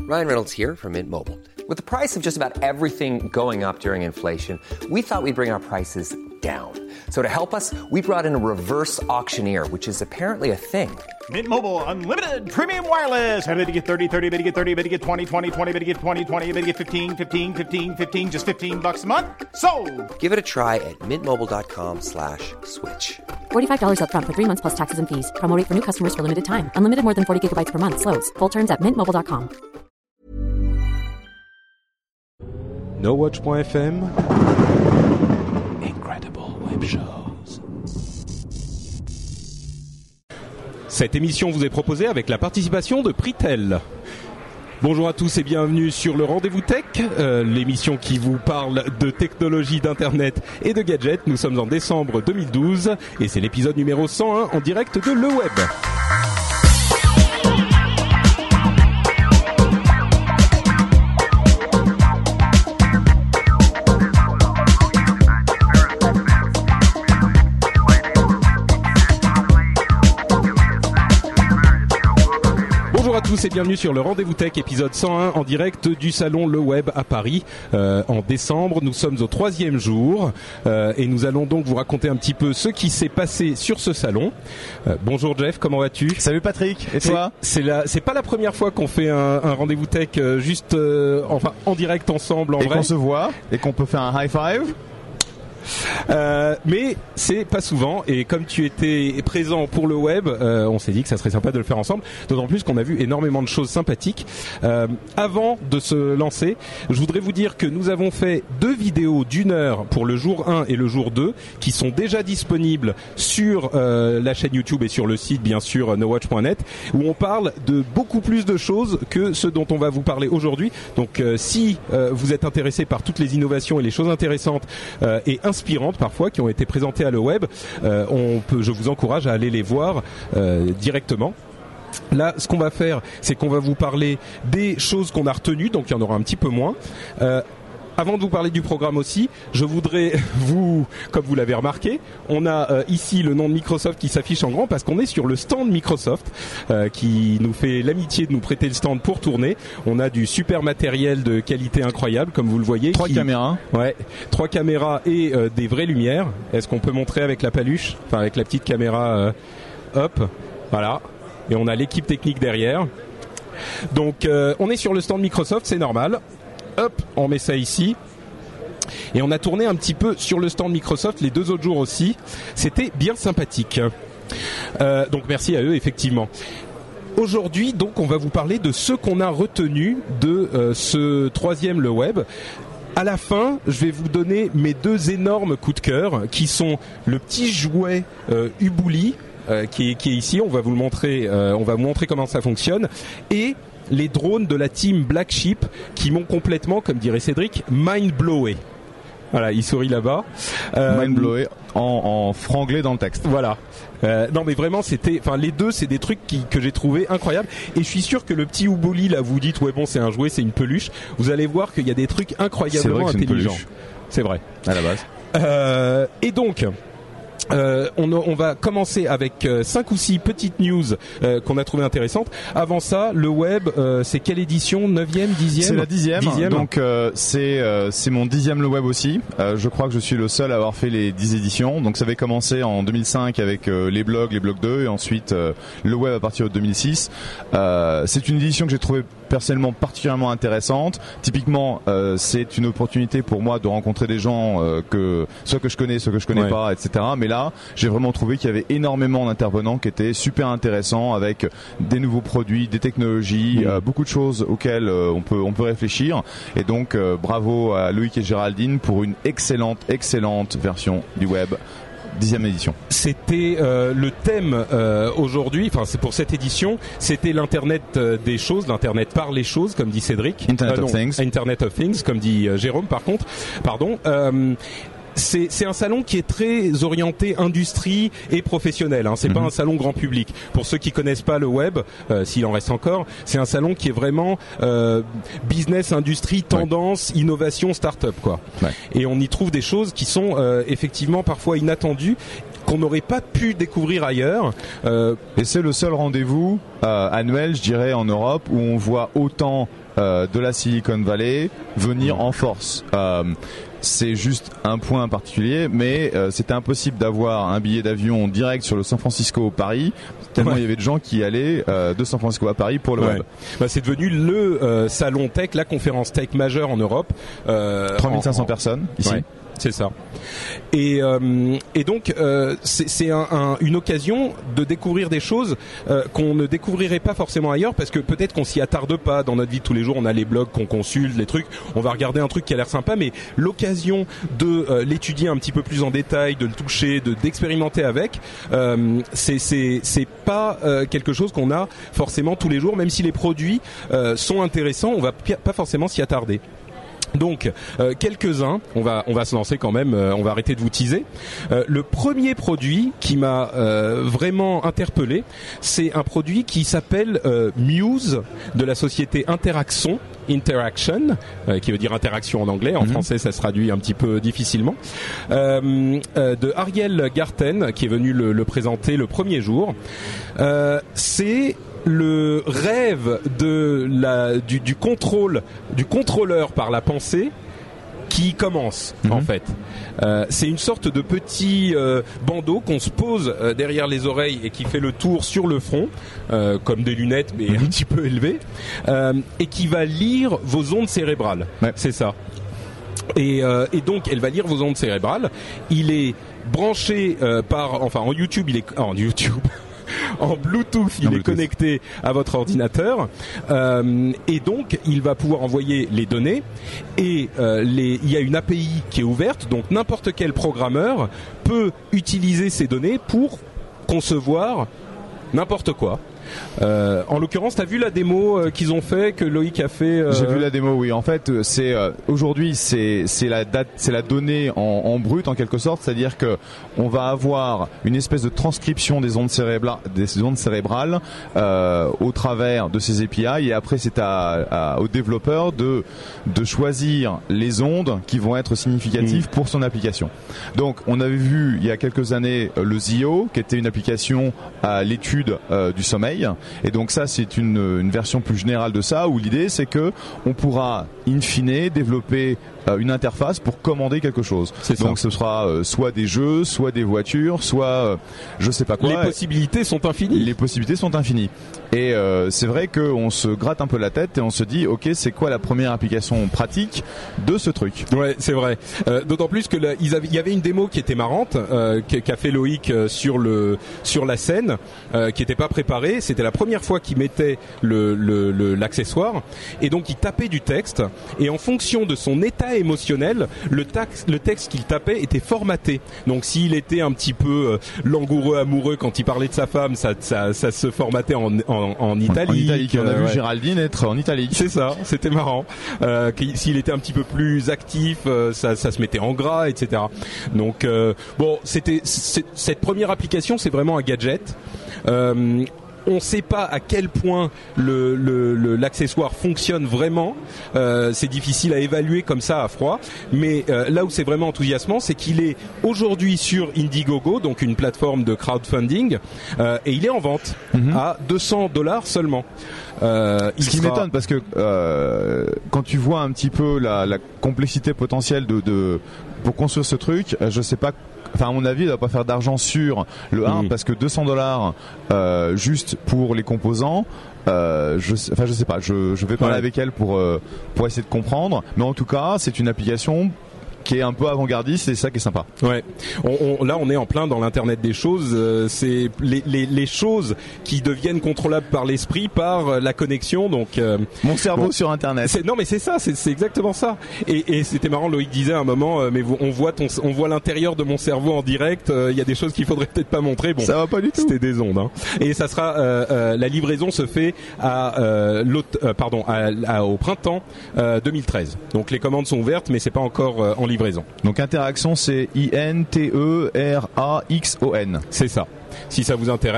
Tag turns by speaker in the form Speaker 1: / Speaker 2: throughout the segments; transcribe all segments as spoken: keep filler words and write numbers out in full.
Speaker 1: Ryan Reynolds here from Mint Mobile. With the price of just about everything going up during inflation, we thought we'd bring our prices down. So to help us, we brought in a reverse auctioneer, which is apparently a thing.
Speaker 2: Mint Mobile Unlimited Premium Wireless. How to get thirty, thirty, how to get thirty, how to get twenty, twenty, twenty, how to get twenty, twenty, how to get fifteen, fifteen, fifteen, fifteen, just fifteen bucks a month? Sold!
Speaker 1: Give it a try at mintmobile.com slash switch.
Speaker 3: forty-five dollars up front for three months plus taxes and fees. Promo rate for new customers for limited time. Unlimited more than forty gigabytes per month. Slows full terms at mint mobile dot com.
Speaker 4: no watch dot f m Incredible Web Shows. Cette émission vous est proposée avec la participation de Pritel. Bonjour à tous et bienvenue sur le Rendez-vous Tech, euh, l'émission qui vous parle de technologie, d'internet et de gadgets. Nous sommes en décembre deux mille douze et c'est l'épisode numéro cent un en direct de Le Web. Bonjour à tous et bienvenue sur le Rendez-vous Tech, épisode cent un en direct du salon Le Web à Paris euh, en décembre. Nous sommes au troisième jour euh, et nous allons donc vous raconter un petit peu ce qui s'est passé sur ce salon. Euh, bonjour Jeff, comment vas-tu ?
Speaker 5: Salut Patrick, et toi ?
Speaker 4: C'est, c'est, la, c'est pas la première fois qu'on fait un, un Rendez-vous Tech euh, juste euh, enfin en direct ensemble en
Speaker 5: et
Speaker 4: vrai.
Speaker 5: Et qu'on se voit et qu'on peut faire un high five.
Speaker 4: Euh, mais c'est pas souvent et comme tu étais présent pour le web, euh, on s'est dit que ça serait sympa de le faire ensemble, d'autant plus qu'on a vu énormément de choses sympathiques. Euh, avant de se lancer, je voudrais vous dire que nous avons fait deux vidéos d'une heure pour le jour un et le jour deux qui sont déjà disponibles sur euh, la chaîne YouTube et sur le site bien sûr no watch point net où on parle de beaucoup plus de choses que ce dont on va vous parler aujourd'hui. Donc euh, si euh, vous êtes intéressé par toutes les innovations et les choses intéressantes euh, et inspirantes parfois qui ont été présentées à le web, euh, on peut, je vous encourage à aller les voir euh, directement. Là, ce qu'on va faire, c'est qu'on va vous parler des choses qu'on a retenues, donc il y en aura un petit peu moins. Euh, Avant de vous parler du programme aussi, je voudrais vous, comme vous l'avez remarqué, on a euh, ici le nom de Microsoft qui s'affiche en grand parce qu'on est sur le stand Microsoft euh, qui nous fait l'amitié de nous prêter le stand pour tourner. On a du super matériel de qualité incroyable, comme vous le voyez.
Speaker 5: Trois
Speaker 4: qui,
Speaker 5: caméras.
Speaker 4: Ouais, trois caméras et euh, des vraies lumières. Est-ce qu'on peut montrer avec la paluche, enfin avec la petite caméra, euh, hop, voilà. Et on a l'équipe technique derrière. Donc euh, on est sur le stand Microsoft, c'est normal. Hop, on met ça ici. Et on a tourné un petit peu sur le stand Microsoft les deux autres jours aussi. C'était bien sympathique. Euh, donc merci à eux, effectivement. Aujourd'hui, donc, on va vous parler de ce qu'on a retenu de euh, ce troisième Le Web. À la fin, je vais vous donner mes deux énormes coups de cœur, qui sont le petit jouet euh, Ubuli, euh, qui, est, qui est ici. On va vous le montrer. Euh, on va vous montrer comment ça fonctionne. Et les drones de la team Black Sheep qui m'ont complètement, comme dirait Cédric, mind-blowé. Voilà, il sourit là-bas.
Speaker 5: Euh, mind-blowé en, en franglais dans le texte.
Speaker 4: Voilà. Euh, non mais vraiment c'était, enfin les deux c'est des trucs qui, que j'ai trouvé incroyables et je suis sûr que le petit Ubuli là vous dites ouais bon c'est un jouet, c'est une peluche. Vous allez voir qu'il y a des trucs incroyablement
Speaker 5: c'est
Speaker 4: intelligents. C'est vrai.
Speaker 5: À la base.
Speaker 4: Euh, et donc. Euh, on, on va commencer avec euh, cinq ou six petites news euh, qu'on a trouvées intéressantes. Avant ça, le web, euh, c'est quelle édition ? Neuvième, dixième ?
Speaker 5: C'est la dixième.
Speaker 4: dixième.
Speaker 5: Donc euh, c'est euh, c'est mon dixième le web aussi. Euh, je crois que je suis le seul à avoir fait les dix éditions. Donc ça avait commencé en deux mille cinq avec euh, les blogs, les blogs deux, et ensuite euh, le web à partir de deux mille six. Euh, c'est une édition que j'ai trouvée personnellement particulièrement intéressante. Typiquement, euh, c'est une opportunité pour moi de rencontrer des gens euh, que soit que je connais, soit que je connais ouais. pas, et cetera. Mais là, j'ai vraiment trouvé qu'il y avait énormément d'intervenants qui étaient super intéressants avec des nouveaux produits, des technologies, mmh. euh, beaucoup de choses auxquelles euh, on peut on peut réfléchir. Et donc, euh, bravo à Loïc et Géraldine pour une excellente, excellente version du web. Dixième édition. C'était euh, le thème euh, aujourd'hui, enfin c'est pour cette édition, c'était l'internet euh, des choses, l'internet par les choses, comme dit Cédric. Internet
Speaker 4: euh,
Speaker 5: of
Speaker 4: non,
Speaker 5: Things.
Speaker 4: Internet of Things, comme dit euh, Jérôme. Par contre, pardon. Euh, C'est, c'est un salon qui est très orienté industrie et professionnel. Hein. C'est mmh. pas un salon grand public. Pour ceux qui connaissent pas le web, euh, s'il en reste encore, c'est un salon qui est vraiment euh, business, industrie, tendance, ouais. innovation, start-up, quoi. Ouais. Et on y trouve des choses qui sont euh, effectivement parfois inattendues. qu'on n'aurait pas pu découvrir ailleurs.
Speaker 5: Euh, Et c'est le seul rendez-vous euh, annuel, je dirais, en Europe où on voit autant euh, de la Silicon Valley venir mmh. en force. Euh, c'est juste un point particulier, mais euh, c'était impossible d'avoir un billet d'avion direct sur le San Francisco Paris, tellement ouais. il y avait de gens qui allaient euh, de San Francisco à Paris pour le ouais. web.
Speaker 4: Bah, c'est devenu le euh, salon tech, la conférence tech majeure en Europe.
Speaker 5: Euh, trois mille cinq cents en... personnes ici.
Speaker 4: Ouais. C'est ça. Et, euh, et donc euh, c'est, c'est un, un, une occasion de découvrir des choses euh, qu'on ne découvrirait pas forcément ailleurs, parce que peut-être qu'on s'y attarde pas dans notre vie de tous les jours. On a les blogs qu'on consulte, les trucs. On va regarder un truc qui a l'air sympa, mais l'occasion de euh, l'étudier un petit peu plus en détail, de le toucher, de d'expérimenter avec, euh, c'est c'est c'est pas euh, quelque chose qu'on a forcément tous les jours. Même si les produits euh, sont intéressants, on va p- pas forcément s'y attarder. Donc euh, quelques-uns, on va on va se lancer quand même, euh, on va arrêter de vous teaser. Euh, le premier produit qui m'a euh, vraiment interpellé, c'est un produit qui s'appelle euh, Muse de la société Interaxon. Interaction, euh, qui veut dire interaction en anglais. En mmh. français, ça se traduit un petit peu difficilement. Euh, euh, de Ariel Garten, qui est venu le, le présenter le premier jour. Euh, c'est le rêve de la du, du contrôle du contrôleur par la pensée qui commence mmh. en fait. Euh, c'est une sorte de petit euh, bandeau qu'on se pose euh, derrière les oreilles et qui fait le tour sur le front, euh, comme des lunettes mais mmh. un petit peu élevées, euh, et qui va lire vos ondes cérébrales. Ouais. C'est ça. Et, euh, et donc elle va lire vos ondes cérébrales. Il est branché euh, par, enfin en YouTube, il est en YouTube. En Bluetooth, il en est Bluetooth. Connecté à votre ordinateur euh, et donc il va pouvoir envoyer les données et euh, les, il y a une A P I qui est ouverte, donc n'importe quel programmeur peut utiliser ces données pour concevoir n'importe quoi. Euh, en l'occurrence, t'as vu la démo euh, qu'ils ont fait, que Loïc a fait euh...
Speaker 5: J'ai vu la démo, oui. En fait, c'est euh, aujourd'hui, c'est c'est la date, c'est la donnée en, en brut en quelque sorte, c'est-à-dire que on va avoir une espèce de transcription des ondes cérébrales, des ondes cérébrales euh, au travers de ces A P I, et après c'est à, à aux développeurs de de choisir les ondes qui vont être significatives mmh. pour son application. Donc, on avait vu il y a quelques années le Zio, qui était une application à l'étude euh, du sommeil. Et donc ça, c'est une, une version plus générale de ça, où l'idée c'est que on pourra in fine développer euh, une interface pour commander quelque chose. C'est donc ça. Ce sera euh, soit des jeux, soit des voitures, soit euh, je sais pas quoi.
Speaker 4: Les possibilités sont infinies.
Speaker 5: Les possibilités sont infinies. Et euh, c'est vrai qu'on se gratte un peu la tête et on se dit, ok, c'est quoi la première application pratique de ce truc ?
Speaker 4: Ouais, c'est vrai. Euh, d'autant plus que là, ils avaient, il y avait une démo qui était marrante, euh, qu'a fait Loïc euh, sur le sur la scène, euh, qui était pas préparée. C'était la première fois qu'il mettait le, le, le l'accessoire, et donc il tapait du texte, et en fonction de son état émotionnel, le, tax, le texte qu'il tapait était formaté. Donc s'il était un petit peu euh, langoureux, amoureux quand il parlait de sa femme, ça ça, ça se formatait en, en En, en italique.
Speaker 5: En italique. On a
Speaker 4: euh,
Speaker 5: vu
Speaker 4: ouais.
Speaker 5: Géraldine être en italique.
Speaker 4: C'est ça, c'était marrant. Euh, s'il était un petit peu plus actif, euh, ça, ça se mettait en gras, et cetera. Donc euh, bon, c'était cette première application, c'est vraiment un gadget. Euh, on ne sait pas à quel point le, le, le, l'accessoire fonctionne vraiment. Euh, c'est difficile à évaluer comme ça à froid. Mais euh, là où c'est vraiment enthousiasmant, c'est qu'il est aujourd'hui sur Indiegogo, donc une plateforme de crowdfunding, euh, et il est en vente mm-hmm. à deux cents dollars seulement.
Speaker 5: Euh, Ce qui sera... m'étonne, parce que euh, quand tu vois un petit peu la, la complexité potentielle de, de pour construire ce truc, je sais pas. Enfin, à mon avis, il ne doit pas faire d'argent sur le un mmh. parce que deux cents dollars euh, juste pour les composants. Euh, je, enfin, je sais pas. Je, je vais parler ouais. avec elle pour euh, pour essayer de comprendre. Mais en tout cas, c'est une application qui est un peu avant-gardiste, c'est ça qui est sympa.
Speaker 4: Ouais. On, on, là, on est en plein dans l'internet des choses. Euh, c'est les, les, les choses qui deviennent contrôlables par l'esprit, par euh, la connexion. Donc, euh,
Speaker 5: mon cerveau bon, sur internet.
Speaker 4: C'est, non, mais c'est ça. C'est, c'est exactement ça. Et, et c'était marrant. Loïc disait à un moment, euh, mais on voit ton, on voit l'intérieur de mon cerveau en direct. Il euh, y a des choses qu'il faudrait peut-être pas montrer. Bon,
Speaker 5: ça va pas du tout.
Speaker 4: C'était des ondes. Hein. Et ça sera. Euh, euh, la livraison se fait à euh, euh, pardon, à, à, au printemps euh, deux mille treize. Donc les commandes sont ouvertes, mais c'est pas encore euh, en livraison.
Speaker 5: Donc Interaxon, c'est I N T E R A X O N.
Speaker 4: C'est ça. Si ça vous intéresse,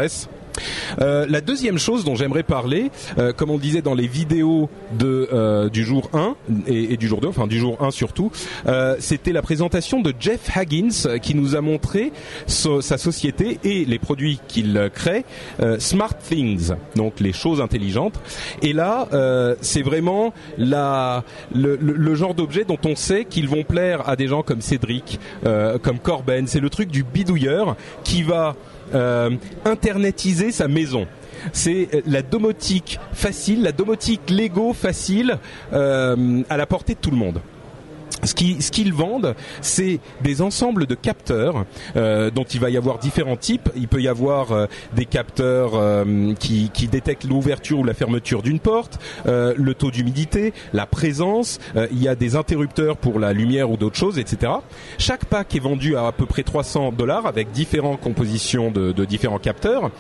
Speaker 4: Euh, la deuxième chose dont j'aimerais parler, euh, comme on le disait dans les vidéos de euh, du jour un et, et du jour deux, enfin du jour un surtout, euh, c'était la présentation de Jeff Haggins qui nous a montré so, sa société et les produits qu'il crée, euh, Smart Things, donc les choses intelligentes. Et là, euh, c'est vraiment la, le, le, le genre d'objet dont on sait qu'ils vont plaire à des gens comme Cédric, euh, comme Corben. C'est le truc du bidouilleur qui va Euh, internetiser sa maison. C'est la domotique facile, la domotique Lego facile euh, à la portée de tout le monde. Ce qui, ce qu'ils vendent, c'est des ensembles de capteurs euh, dont il va y avoir différents types. Il peut y avoir euh, des capteurs euh, qui, qui détectent l'ouverture ou la fermeture d'une porte, euh, le taux d'humidité, la présence. Euh, il y a des interrupteurs pour la lumière ou d'autres choses, et cetera. Chaque pack est vendu à à peu près trois cents dollars avec différentes compositions de, de différents capteurs.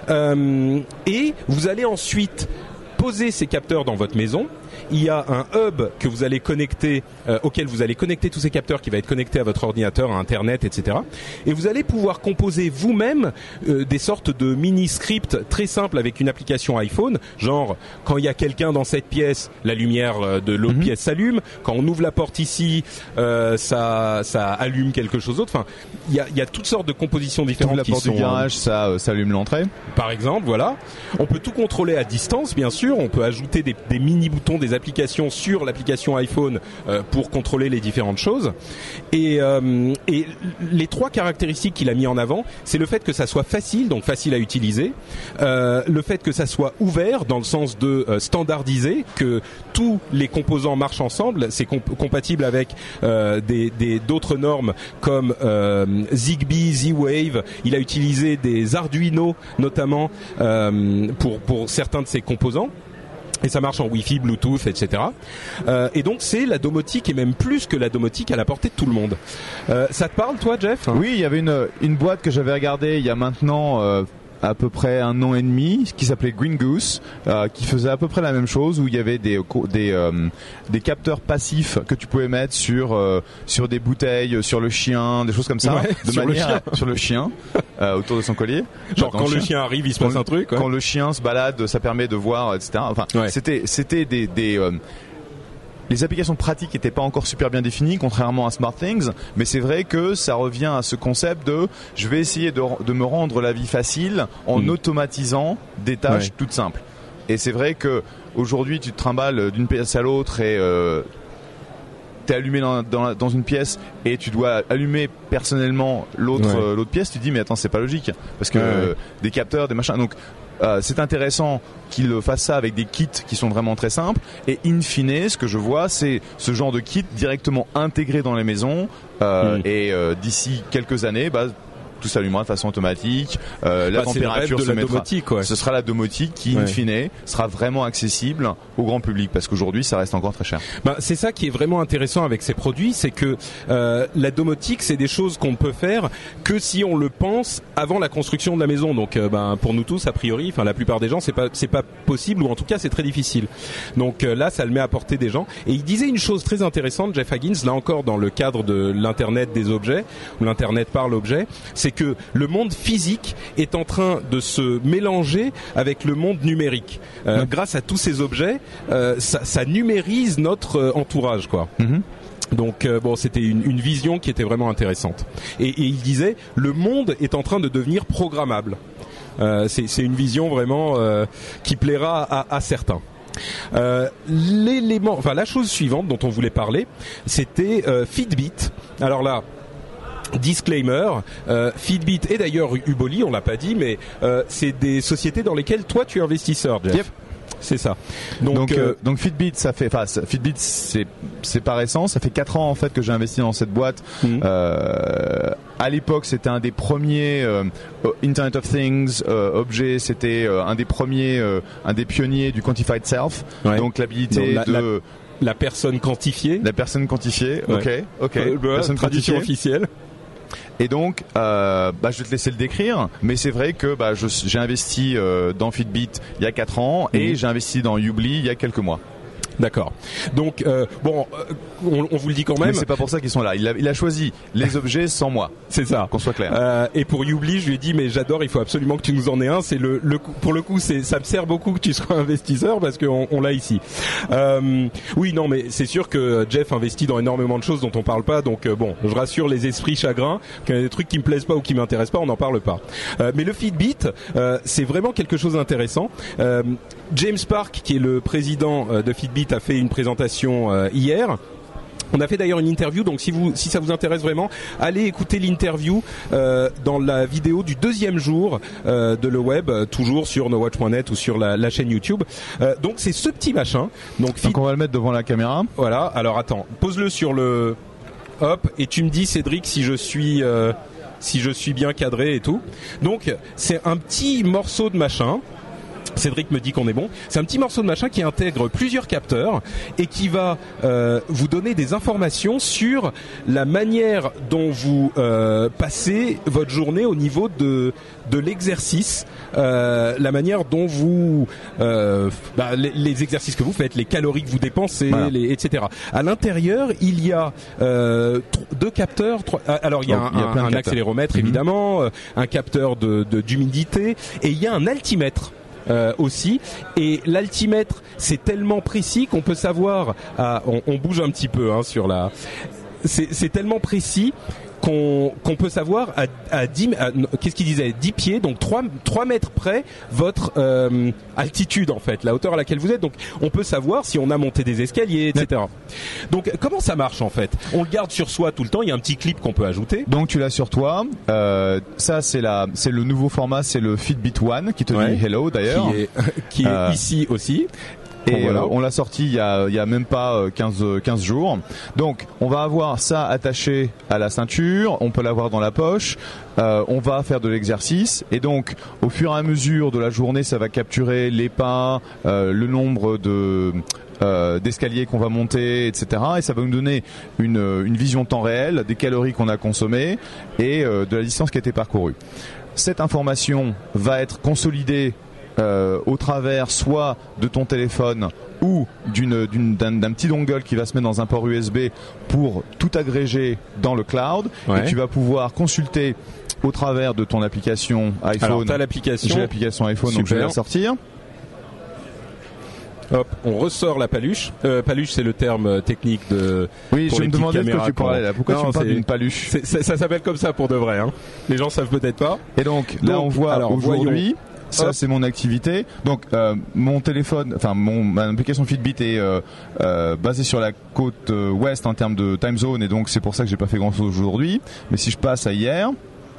Speaker 4: Euh, et vous allez ensuite poser ces capteurs dans votre maison. Il y a un hub que vous allez connecter, euh, auquel vous allez connecter tous ces capteurs, qui va être connecté à votre ordinateur, à Internet, et cetera. Et vous allez pouvoir composer vous-même euh, des sortes de mini-scripts très simples avec une application iPhone, genre quand il y a quelqu'un dans cette pièce, la lumière de l'autre mm-hmm. pièce s'allume. Quand on ouvre la porte ici, euh, ça, ça allume quelque chose d'autre. Enfin, il y a, il y a toutes sortes de compositions différentes.
Speaker 5: La
Speaker 4: qui
Speaker 5: porte
Speaker 4: sont,
Speaker 5: du garage, ça, euh, ça allume l'entrée.
Speaker 4: Par exemple, voilà. On peut tout contrôler à distance, bien sûr. On peut ajouter des, des mini-boutons, des applications sur l'application iPhone euh, pour contrôler les différentes choses. Et, euh, et les trois caractéristiques qu'il a mis en avant, c'est le fait que ça soit facile, donc facile à utiliser, euh, le fait que ça soit ouvert dans le sens de euh, standardiser, que tous les composants marchent ensemble, c'est comp- compatible avec euh, des, des, d'autres normes comme euh, Zigbee, Z-Wave. Il a utilisé des Arduino notamment euh, pour, pour certains de ses composants. Et ça marche en Wi-Fi, Bluetooth, et cetera. Euh, et donc c'est la domotique et même plus que la domotique à la portée de tout le monde. Euh, ça te parle, toi, Jeff ?
Speaker 5: Oui, il y avait une une boîte que j'avais regardée il y a maintenant euh, à peu près un an et demi, qui s'appelait Green Goose, euh, qui faisait à peu près la même chose, où il y avait des des euh, des capteurs passifs que tu pouvais mettre sur euh, sur des bouteilles, sur le chien, des choses comme ça,
Speaker 4: ouais,
Speaker 5: de
Speaker 4: sur
Speaker 5: manière
Speaker 4: le chien.
Speaker 5: sur le chien euh, autour de son collier.
Speaker 4: Genre
Speaker 5: quand,
Speaker 4: quand
Speaker 5: le
Speaker 4: le
Speaker 5: chien,
Speaker 4: chien arrive, il se passe
Speaker 5: quand,
Speaker 4: un truc. Ouais.
Speaker 5: Quand le chien se balade, ça permet de voir, et cetera. Enfin,
Speaker 4: ouais.
Speaker 5: c'était c'était des des euh, les applications pratiques n'étaient pas encore super bien définies, contrairement à SmartThings, mais c'est vrai que ça revient à ce concept de je vais essayer de, de me rendre la vie facile en mmh. automatisant des tâches ouais. toutes simples. Et c'est vrai que aujourd'hui tu te trimbales d'une pièce à l'autre et euh, t'es allumé dans, dans, dans une pièce et tu dois allumer personnellement l'autre ouais. euh, l'autre pièce. Tu te dis mais attends, c'est pas logique parce que ouais, ouais. Euh, des capteurs, des machins. Donc Euh, c'est intéressant qu'ils fassent ça avec des kits qui sont vraiment très simples et in fine ce que je vois c'est ce genre de kit directement intégré dans les maisons euh, mmh. et euh, d'ici quelques années bah, tout s'allumera de façon automatique, euh, la
Speaker 4: bah,
Speaker 5: température
Speaker 4: se
Speaker 5: la
Speaker 4: mettra. Domotique, ouais.
Speaker 5: Ce sera la domotique qui, in fine, ouais. sera vraiment accessible au grand public parce qu'aujourd'hui, ça reste encore très cher.
Speaker 4: Bah, c'est ça qui est vraiment intéressant avec ces produits, c'est que euh, la domotique, c'est des choses qu'on ne peut faire que si on le pense avant la construction de la maison. Donc, euh, bah, pour nous tous, a priori, enfin la plupart des gens, c'est pas c'est pas possible ou en tout cas, c'est très difficile. Donc euh, là, ça le met à portée des gens. Et il disait une chose très intéressante, Jeff Haggins, là encore dans le cadre de l'internet des objets, ou l'internet par l'objet, c'est que le monde physique est en train de se mélanger avec le monde numérique. Euh, ouais. Grâce à tous ces objets, euh, ça, ça numérise notre euh, entourage, quoi. Mm-hmm. Donc euh, bon, c'était une, une vision qui était vraiment intéressante. Et, et il disait, le monde est en train de devenir programmable. Euh, c'est, c'est une vision vraiment euh, qui plaira à, à certains. Euh, l'élément, enfin la chose suivante dont on voulait parler, c'était euh, Fitbit. Alors là. Disclaimer, euh, Fitbit et d'ailleurs Uboli, on l'a pas dit, mais euh, c'est des sociétés dans lesquelles toi tu es investisseur, Jeff.
Speaker 5: Yep.
Speaker 4: C'est ça. Donc
Speaker 5: donc,
Speaker 4: euh,
Speaker 5: euh, donc Fitbit, ça fait, enfin Fitbit, c'est c'est pas récent. Ça fait quatre ans en fait que j'ai investi dans cette boîte. Mm-hmm. Euh, à l'époque, c'était un des premiers euh, Internet of Things euh, objets. C'était euh, un des premiers, euh, un des pionniers du quantified self. Ouais. Donc l'habilité donc, la, de
Speaker 4: la, la personne quantifiée.
Speaker 5: La personne quantifiée. Ouais. Ok, ok.
Speaker 4: Euh, bah,
Speaker 5: personne
Speaker 4: traduction
Speaker 5: quantifiée.
Speaker 4: officielle.
Speaker 5: Et donc, euh, bah, je vais te laisser le décrire, mais c'est vrai que bah, je, j'ai investi euh, dans Fitbit il y a quatre ans et mmh. j'ai investi dans Ubli il y a quelques mois.
Speaker 4: D'accord. Donc euh, bon, euh, on, on vous le dit quand même.
Speaker 5: Mais c'est pas pour ça qu'ils sont là. Il a, il a choisi les objets sans moi.
Speaker 4: C'est ça.
Speaker 5: Qu'on soit clair.
Speaker 4: Euh, et pour Youbli, je lui ai dit mais j'adore, il faut absolument que tu nous en aies un. C'est le, le pour le coup, c'est ça me sert beaucoup que tu sois investisseur parce qu'on on l'a ici. Euh, oui, non, mais c'est sûr que Jeff investit dans énormément de choses dont on parle pas. Donc euh, bon, je rassure les esprits chagrins. Qu'il y a des trucs qui me plaisent pas ou qui m'intéressent pas, on n'en parle pas. Euh, mais le Fitbit, euh, c'est vraiment quelque chose d'intéressant. Euh, James Park, qui est le président euh, de Fitbit, a fait une présentation euh, hier. On a fait d'ailleurs une interview, donc si vous, si ça vous intéresse vraiment, allez écouter l'interview euh, dans la vidéo du deuxième jour euh, de le web, euh, toujours sur nowatch point net ou sur la, la chaîne YouTube. Euh, donc c'est ce petit machin. Donc,
Speaker 5: donc on va le mettre devant la caméra.
Speaker 4: Voilà. Alors attends, pose-le sur le, hop, et tu me dis Cédric si je suis, euh, si je suis bien cadré et tout. Donc c'est un petit morceau de machin. Cédric me dit qu'on est bon. C'est un petit morceau de machin qui intègre plusieurs capteurs et qui va euh, vous donner des informations sur la manière dont vous euh, passez votre journée au niveau de de l'exercice, euh, la manière dont vous euh, bah, les, les exercices que vous faites, les calories que vous dépensez, voilà. les, et cetera. À l'intérieur, il y a euh, deux capteurs. Trois, alors il y a un, il y a un, un accéléromètre mmh. évidemment, euh, un capteur de, de d'humidité et il y a un altimètre. Euh, aussi, et l'altimètre c'est tellement précis qu'on peut savoir à, on, on bouge un petit peu hein, sur la c'est, c'est tellement précis qu'on, qu'on peut savoir à, à dix, à, qu'est-ce qu'il disait, dix pieds, donc trois, trois mètres près, votre euh, altitude en fait, la hauteur à laquelle vous êtes. Donc on peut savoir si on a monté des escaliers, et cetera. Donc comment ça marche en fait? On le garde sur soi tout le temps, il y a un petit clip qu'on peut ajouter.
Speaker 5: Donc tu l'as sur toi, euh, ça c'est, la, c'est le nouveau format, c'est le Fitbit One qui te ouais. dit hello d'ailleurs.
Speaker 4: Qui est, qui est euh, ici aussi.
Speaker 5: Et bon, voilà.
Speaker 4: euh,
Speaker 5: on l'a sorti il y a, il y a même pas quinze, quinze jours. Donc on va avoir ça attaché à la ceinture, on peut l'avoir dans la poche, euh, on va faire de l'exercice et donc au fur et à mesure de la journée ça va capturer les pas, euh, le nombre de Euh, d'escaliers qu'on va monter, et cetera. Et ça va nous donner une, une vision temps réel des calories qu'on a consommées et euh, de la distance qui a été parcourue. Cette information va être consolidée euh, au travers soit de ton téléphone ou d'une, d'une, d'un, d'un petit dongle qui va se mettre dans un port U S B pour tout agréger dans le cloud. Ouais. Et tu vas pouvoir consulter au travers de ton application iPhone.
Speaker 4: Alors, t'as l'application.
Speaker 5: J'ai l'application iPhone, Super. Donc je vais la sortir.
Speaker 4: Hop, on ressort la paluche. Euh, paluche, c'est le terme technique de.
Speaker 5: Oui, pour je me demandais de quoi tu parlais là. Pourquoi non, tu me parles d'une paluche?
Speaker 4: c'est, c'est, Ça s'appelle comme ça pour de vrai. Hein. Les gens savent peut-être pas.
Speaker 5: Et donc là, donc, on voit alors, aujourd'hui. Voyons. Ça, Hop. C'est mon activité. Donc, euh, mon téléphone, enfin, mon ma application Fitbit est euh, euh, basée sur la côte euh, ouest en termes de time zone, et donc c'est pour ça que j'ai pas fait grand chose aujourd'hui. Mais si je passe à hier.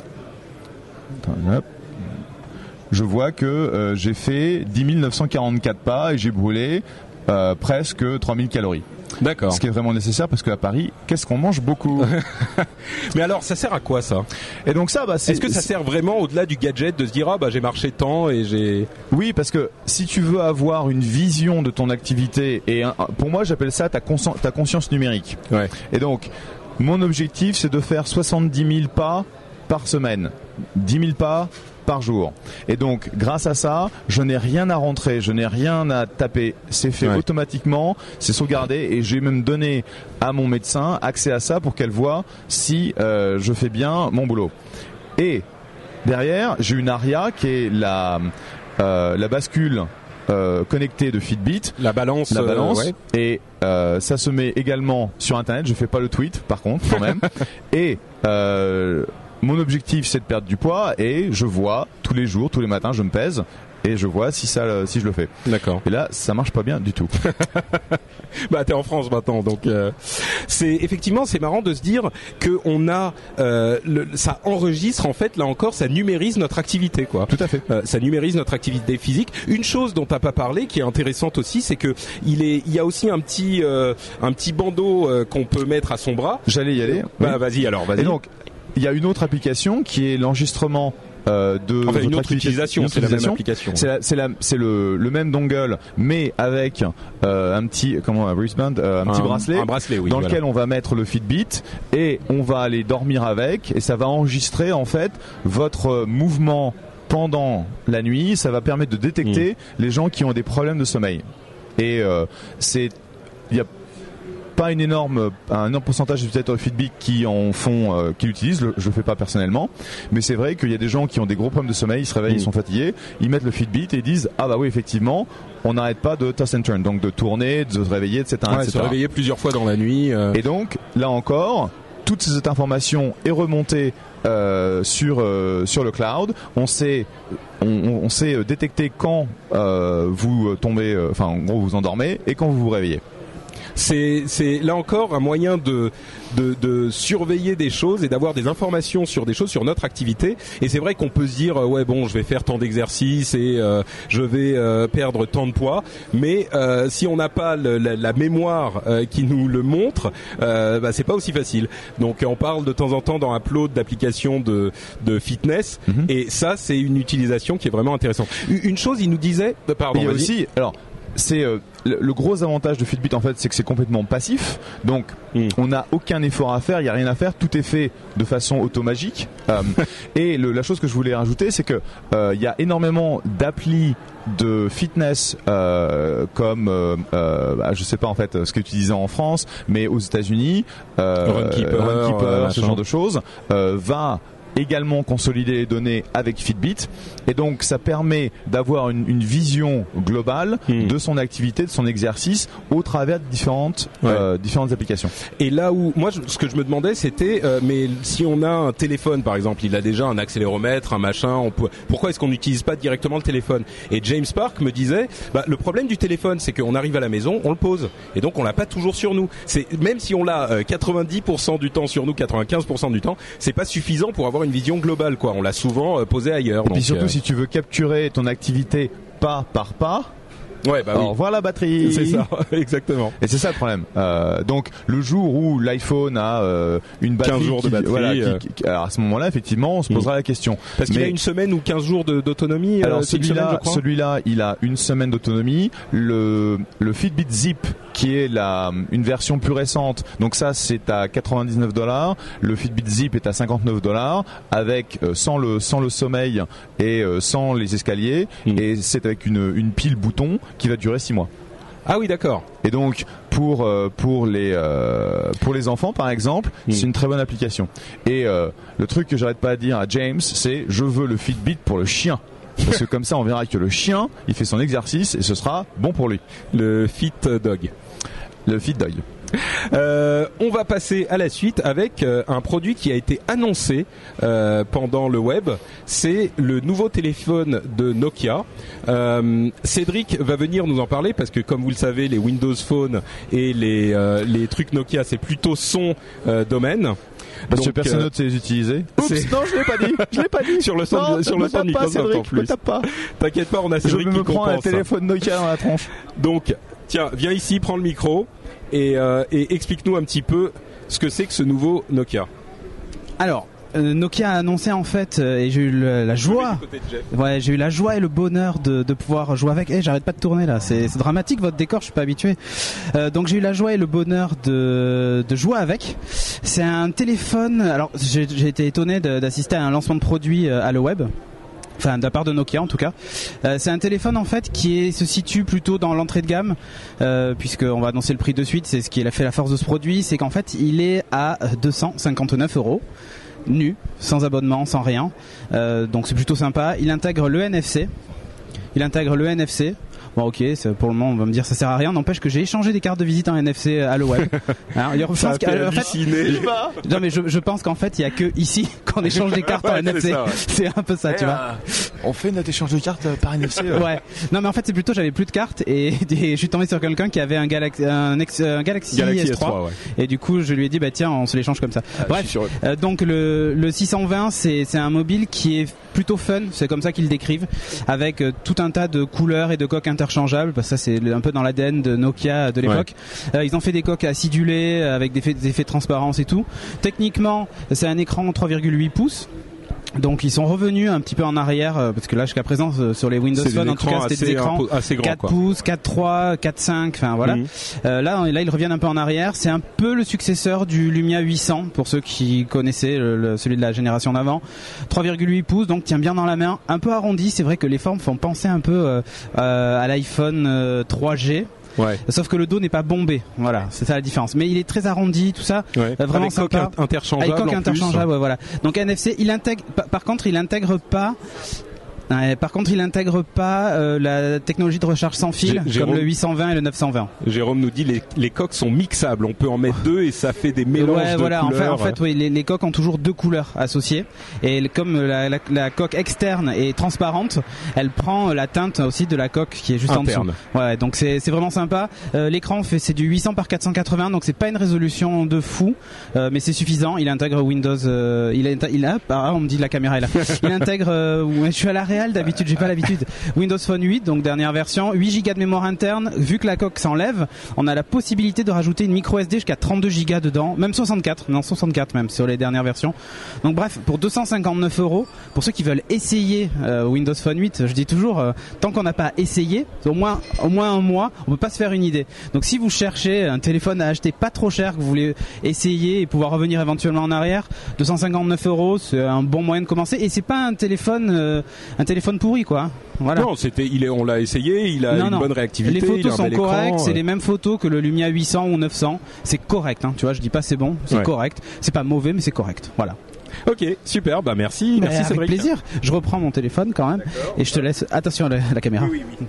Speaker 5: Attends, hop. Je vois que euh, j'ai fait dix mille neuf cent quarante-quatre pas et j'ai brûlé euh, presque trois mille calories.
Speaker 4: D'accord.
Speaker 5: Ce qui est vraiment nécessaire parce qu'à Paris, qu'est-ce qu'on mange beaucoup.
Speaker 4: Mais alors, ça sert à quoi ça?
Speaker 5: Et donc ça, bah, c'est,
Speaker 4: est-ce que ça
Speaker 5: c'est...
Speaker 4: sert vraiment au-delà du gadget de se dire ah bah j'ai marché tant et j'ai.
Speaker 5: Oui, parce que si tu veux avoir une vision de ton activité et un, pour moi j'appelle ça ta, consci- ta conscience numérique.
Speaker 4: Ouais.
Speaker 5: Et donc mon objectif c'est de faire soixante-dix mille pas par semaine, dix mille pas par jour. Et donc, grâce à ça, je n'ai rien à rentrer, je n'ai rien à taper. C'est fait ouais. automatiquement, c'est sauvegardé et j'ai même donné à mon médecin accès à ça pour qu'elle voie si euh, je fais bien mon boulot. Et derrière, j'ai une Aria qui est la, euh, la bascule euh, connectée de Fitbit.
Speaker 4: La balance.
Speaker 5: La balance.
Speaker 4: Euh, ouais.
Speaker 5: Et euh, ça se met également sur Internet. Je fais pas le tweet, par contre, quand même. et euh, mon objectif, c'est de perdre du poids et je vois tous les jours, tous les matins, je me pèse et je vois si ça, si je le fais.
Speaker 4: D'accord.
Speaker 5: Et là, ça marche pas bien du tout.
Speaker 4: Bah, t'es en France maintenant, donc euh, c'est effectivement c'est marrant de se dire que on a, euh, le, ça enregistre en fait là encore, ça numérise notre activité quoi.
Speaker 5: Tout à fait.
Speaker 4: Euh, ça numérise notre activité physique. Une chose dont t'as pas parlé, qui est intéressante aussi, c'est que il est, il y a aussi un petit, euh, un petit bandeau euh, qu'on peut mettre à son bras.
Speaker 5: J'allais y aller.
Speaker 4: Bah,
Speaker 5: oui.
Speaker 4: vas-y alors, vas-y.
Speaker 5: Et donc, il y a une autre application qui est l'enregistrement euh, de
Speaker 4: enfin, une autre
Speaker 5: activité.
Speaker 4: utilisation,
Speaker 5: une autre
Speaker 4: c'est
Speaker 5: utilisation.
Speaker 4: la même application.
Speaker 5: C'est, la, c'est, la, c'est le, le même dongle, mais avec euh, un petit, comment, un wristband, euh, un, un petit bracelet,
Speaker 4: un bracelet oui,
Speaker 5: dans
Speaker 4: voilà.
Speaker 5: lequel on va mettre le Fitbit et on va aller dormir avec et ça va enregistrer en fait votre mouvement pendant la nuit. Ça va permettre de détecter mmh. les gens qui ont des problèmes de sommeil. Et euh, c'est il y a pas une énorme, un énorme pourcentage d'utilisateurs de Fitbit qui en font, euh, qui l'utilisent. Le, je le fais pas personnellement, mais c'est vrai qu'il y a des gens qui ont des gros problèmes de sommeil, ils se réveillent, mmh. ils sont fatigués, ils mettent le Fitbit et ils disent ah bah oui effectivement, on n'arrête pas de toss and turn, donc de tourner, de se réveiller, et cetera,
Speaker 4: ouais,
Speaker 5: et cetera.
Speaker 4: Se réveiller plusieurs fois dans la nuit. Euh...
Speaker 5: Et donc là encore, toute cette information est remontée euh, sur euh, sur le cloud. On sait on, on sait détecter quand euh, vous tombez, enfin euh, en gros vous endormez et quand vous vous réveillez.
Speaker 4: C'est, c'est là encore un moyen de, de, de surveiller des choses et d'avoir des informations sur des choses, sur notre activité. Et c'est vrai qu'on peut se dire, ouais bon, je vais faire tant d'exercices et euh, je vais euh, perdre tant de poids. Mais euh, si on n'a pas le, la, la mémoire euh, qui nous le montre, euh, bah, c'est pas aussi facile. Donc on parle de temps en temps dans Upload d'applications de, de fitness. Mm-hmm. Et ça, c'est une utilisation qui est vraiment intéressante. Une chose, il nous disait, pardon,
Speaker 5: il y a
Speaker 4: vas-y.
Speaker 5: aussi, alors. C'est euh, le, le gros avantage de Fitbit en fait, c'est que c'est complètement passif. Donc, mm. on n'a aucun effort à faire, il y a rien à faire, tout est fait de façon automagique. Euh, et le, la chose que je voulais rajouter, c'est que euh, il y a énormément d'applis de fitness euh, comme euh, euh, bah, je sais pas en fait ce que tu disais en France, mais aux États-Unis, euh,
Speaker 4: Runkeeper,
Speaker 5: Runkeeper
Speaker 4: euh,
Speaker 5: ce genre de choses euh, va également consolider les données avec Fitbit et donc ça permet d'avoir une, une vision globale mmh. de son activité, de son exercice au travers de différentes ouais. euh, différentes applications.
Speaker 4: Et là où moi je, ce que je me demandais c'était euh, mais si on a un téléphone par exemple, il a déjà un accéléromètre, un machin, on peut, pourquoi est-ce qu'on n'utilise pas directement le téléphone? Et James Park me disait bah, le problème du téléphone c'est qu'on arrive à la maison, on le pose et donc on l'a pas toujours sur nous. C'est même si on l'a euh, quatre-vingt-dix pour cent du temps sur nous, quatre-vingt-quinze pour cent du temps, c'est pas suffisant pour avoir une vision globale quoi, on l'a souvent euh, posé ailleurs.
Speaker 5: Et
Speaker 4: donc,
Speaker 5: puis surtout
Speaker 4: euh...
Speaker 5: si tu veux capturer ton activité pas par pas,
Speaker 4: ouais, bah oui.
Speaker 5: Alors voilà la batterie.
Speaker 4: C'est ça, exactement.
Speaker 5: Et c'est ça le problème. Euh, donc le jour où l'iPhone a euh, une batterie,
Speaker 4: quinze jours
Speaker 5: qui,
Speaker 4: de batterie,
Speaker 5: voilà,
Speaker 4: euh...
Speaker 5: qui, qui, alors à ce moment-là, effectivement, on se posera mmh. la question.
Speaker 4: Parce qu'il
Speaker 5: Mais,
Speaker 4: a une semaine ou quinze jours de, d'autonomie.
Speaker 5: Alors
Speaker 4: euh,
Speaker 5: celui-là,
Speaker 4: semaine, je crois.
Speaker 5: celui-là, il a une semaine d'autonomie. Le le Fitbit Zip, qui est la une version plus récente. Donc ça, c'est à quatre-vingt-dix-neuf dollars. Le Fitbit Zip est à cinquante-neuf dollars, avec euh, sans le sans le sommeil et euh, sans les escaliers. Mmh. Et c'est avec une une pile bouton qui va durer six mois.
Speaker 4: Ah oui, d'accord.
Speaker 5: Et donc pour euh, pour les euh, pour les enfants par exemple, mmh. c'est une très bonne application. Et euh, le truc que j'arrête pas à dire à James, c'est je veux le Fitbit pour le chien. Parce que comme ça, on verra que le chien, il fait son exercice et ce sera bon pour lui.
Speaker 4: Le Fit Dog.
Speaker 5: Le Fit Dog.
Speaker 4: Euh, on va passer à la suite avec euh, un produit qui a été annoncé euh, pendant le web. C'est le nouveau téléphone de Nokia. Euh, Cédric va venir nous en parler parce que, comme vous le savez, les Windows Phone et les euh, les trucs Nokia, c'est plutôt son euh, domaine.
Speaker 5: Parce
Speaker 4: donc,
Speaker 5: que personne
Speaker 4: euh,
Speaker 5: d'autre sait les utiliser.
Speaker 4: Oups, non, je l'ai pas dit. Je l'ai pas dit. Sur le stand,
Speaker 5: non,
Speaker 4: sur le stand Microsoft
Speaker 5: Cédric,
Speaker 4: en plus.
Speaker 5: Me tape pas.
Speaker 4: T'inquiète pas, on a Cédric
Speaker 5: je
Speaker 4: qui
Speaker 5: me prends
Speaker 4: compense.
Speaker 5: un téléphone Nokia dans la tronche.
Speaker 4: Donc, tiens, viens ici, prends le micro et, euh, et explique-nous un petit peu ce que c'est que ce nouveau Nokia.
Speaker 6: Alors, euh, Nokia a annoncé en fait, euh, et j'ai eu le, la joie, ouais, j'ai eu la joie et le bonheur de, de pouvoir jouer avec. Eh, j'arrête pas de tourner là, c'est, c'est dramatique votre décor, je suis pas habitué. Euh, donc j'ai eu la joie et le bonheur de, de jouer avec. C'est un téléphone. Alors j'ai, j'ai été étonné de, d'assister à un lancement de produit euh, à le web. Enfin, de la part de Nokia en tout cas. Euh, c'est un téléphone en fait qui est, se situe plutôt dans l'entrée de gamme, euh, puisqu'on va annoncer le prix de suite. C'est ce qui a fait la force de ce produit, c'est qu'en fait il est à deux cent cinquante-neuf euros. Nu, sans abonnement, sans rien. Euh, donc c'est plutôt sympa. Il intègre le N F C. Il intègre le N F C. Bon ok, c'est, pour le moment on va me dire ça sert à rien. N'empêche que j'ai échangé des cartes de visite en N F C à le web. Alors, je pense qu'en en fait, non mais je, je pense qu'en fait il y a que ici qu'on échange des cartes ouais, en N F C. C'est, ça, ouais. C'est un peu ça, et tu euh, vois.
Speaker 5: On fait notre échange de cartes par N F C.
Speaker 6: Euh. Ouais. Non mais en fait c'est plutôt j'avais plus de cartes et, et je suis tombé sur quelqu'un qui avait un Galaxy, un, ex, un Galaxy, Galaxy S trois, S trois ouais. Et du coup je lui ai dit bah tiens on se l'échange comme ça. Ah, bref. Euh, donc le, le six cent vingt c'est, c'est un mobile qui est plutôt fun, c'est comme ça qu'ils le décrivent, avec euh, tout un tas de couleurs et de coques interchangeables, parce que ça c'est un peu dans l'A D N de Nokia de l'époque. Ouais. Euh, ils ont fait des coques acidulées avec des effets, des effets de transparence et tout. Techniquement, c'est un écran trois virgule huit pouces. Donc ils sont revenus un petit peu en arrière parce que là jusqu'à présent sur les Windows Phone en tout cas c'était des écrans
Speaker 4: assez grand,
Speaker 6: quatre
Speaker 4: quoi.
Speaker 6: pouces, quatre trois, quatre cinq, enfin voilà. Mmh. Euh, là là ils reviennent un peu en arrière, c'est un peu le successeur du Lumia huit cents pour ceux qui connaissaient le, le, celui de la génération d'avant. trois virgule huit pouces donc tient bien dans la main, un peu arrondi, c'est vrai que les formes font penser un peu euh, euh, à l'iPhone euh, trois G.
Speaker 4: Ouais.
Speaker 6: Sauf que le dos n'est pas bombé. Voilà, c'est ça la différence. Mais il est très arrondi, tout ça.
Speaker 4: Ouais.
Speaker 6: Euh, vraiment
Speaker 4: avec
Speaker 6: sympa.
Speaker 4: coque interchangeable.
Speaker 6: Avec coque
Speaker 4: en
Speaker 6: interchangeable,
Speaker 4: plus.
Speaker 6: ouais, voilà. Donc N F C, il intègre. Par, par contre, il intègre pas. Ouais, par contre, il n'intègre pas euh, la technologie de recharge sans fil
Speaker 4: J'ai-
Speaker 6: comme
Speaker 4: Jérôme-
Speaker 6: le huit cent vingt et le neuf cent vingt.
Speaker 4: Jérôme nous dit les, les coques sont mixables. On peut en mettre deux et ça fait des mélanges
Speaker 6: Ouais,
Speaker 4: de
Speaker 6: voilà. En fait,
Speaker 4: couleurs.
Speaker 6: en fait, oui, les, les coques ont toujours deux couleurs associées. Et l- comme la, la, la coque externe est transparente, elle prend la teinte aussi de la coque qui est juste
Speaker 4: Interne.
Speaker 6: en dessous. Ouais, donc c'est c'est vraiment sympa. Euh, L'écran fait c'est du huit cents par quatre cent quatre-vingts, donc c'est pas une résolution de fou, euh, mais c'est suffisant. Il intègre Windows. Euh, il a, il a. Ah, on me dit la caméra est là. Il intègre. Euh, ouais, je suis à la réal d'habitude. J'ai pas l'habitude. Windows Phone huit, donc dernière version, huit gigas de mémoire interne. Vu que la coque s'enlève, on a la possibilité de rajouter une micro S D jusqu'à trente-deux gigas dedans, même soixante-quatre, non soixante-quatre même sur les dernières versions. Donc bref, pour deux cent cinquante-neuf euros, pour ceux qui veulent essayer euh, Windows Phone huit, je dis toujours, euh, tant qu'on n'a pas essayé, au moins au moins un mois, on peut pas se faire une idée. Donc si vous cherchez un téléphone à acheter pas trop cher, que vous voulez essayer et pouvoir revenir éventuellement en arrière, deux cent cinquante-neuf euros, c'est un bon moyen de commencer. Et c'est pas un téléphone, euh, un téléphone pourri quoi. Voilà.
Speaker 4: Non, c'était, il est, on l'a essayé, il a
Speaker 6: Non,
Speaker 4: une
Speaker 6: non.
Speaker 4: bonne réactivité.
Speaker 6: Les
Speaker 4: il a
Speaker 6: photos
Speaker 4: un
Speaker 6: sont
Speaker 4: bel écran,
Speaker 6: correctes, c'est
Speaker 4: euh.
Speaker 6: les mêmes photos que le Lumia huit cents ou neuf cents. C'est correct, hein, tu vois, je dis pas c'est bon, c'est
Speaker 4: Ouais.
Speaker 6: correct. C'est pas mauvais, mais c'est correct. Voilà.
Speaker 4: Ok, super, bah merci,
Speaker 6: Mais
Speaker 4: merci
Speaker 6: avec
Speaker 4: Cédric.
Speaker 6: plaisir. Je reprends mon téléphone quand même et je te laisse. Attention à la, à la caméra.
Speaker 4: Oui, oui, oui.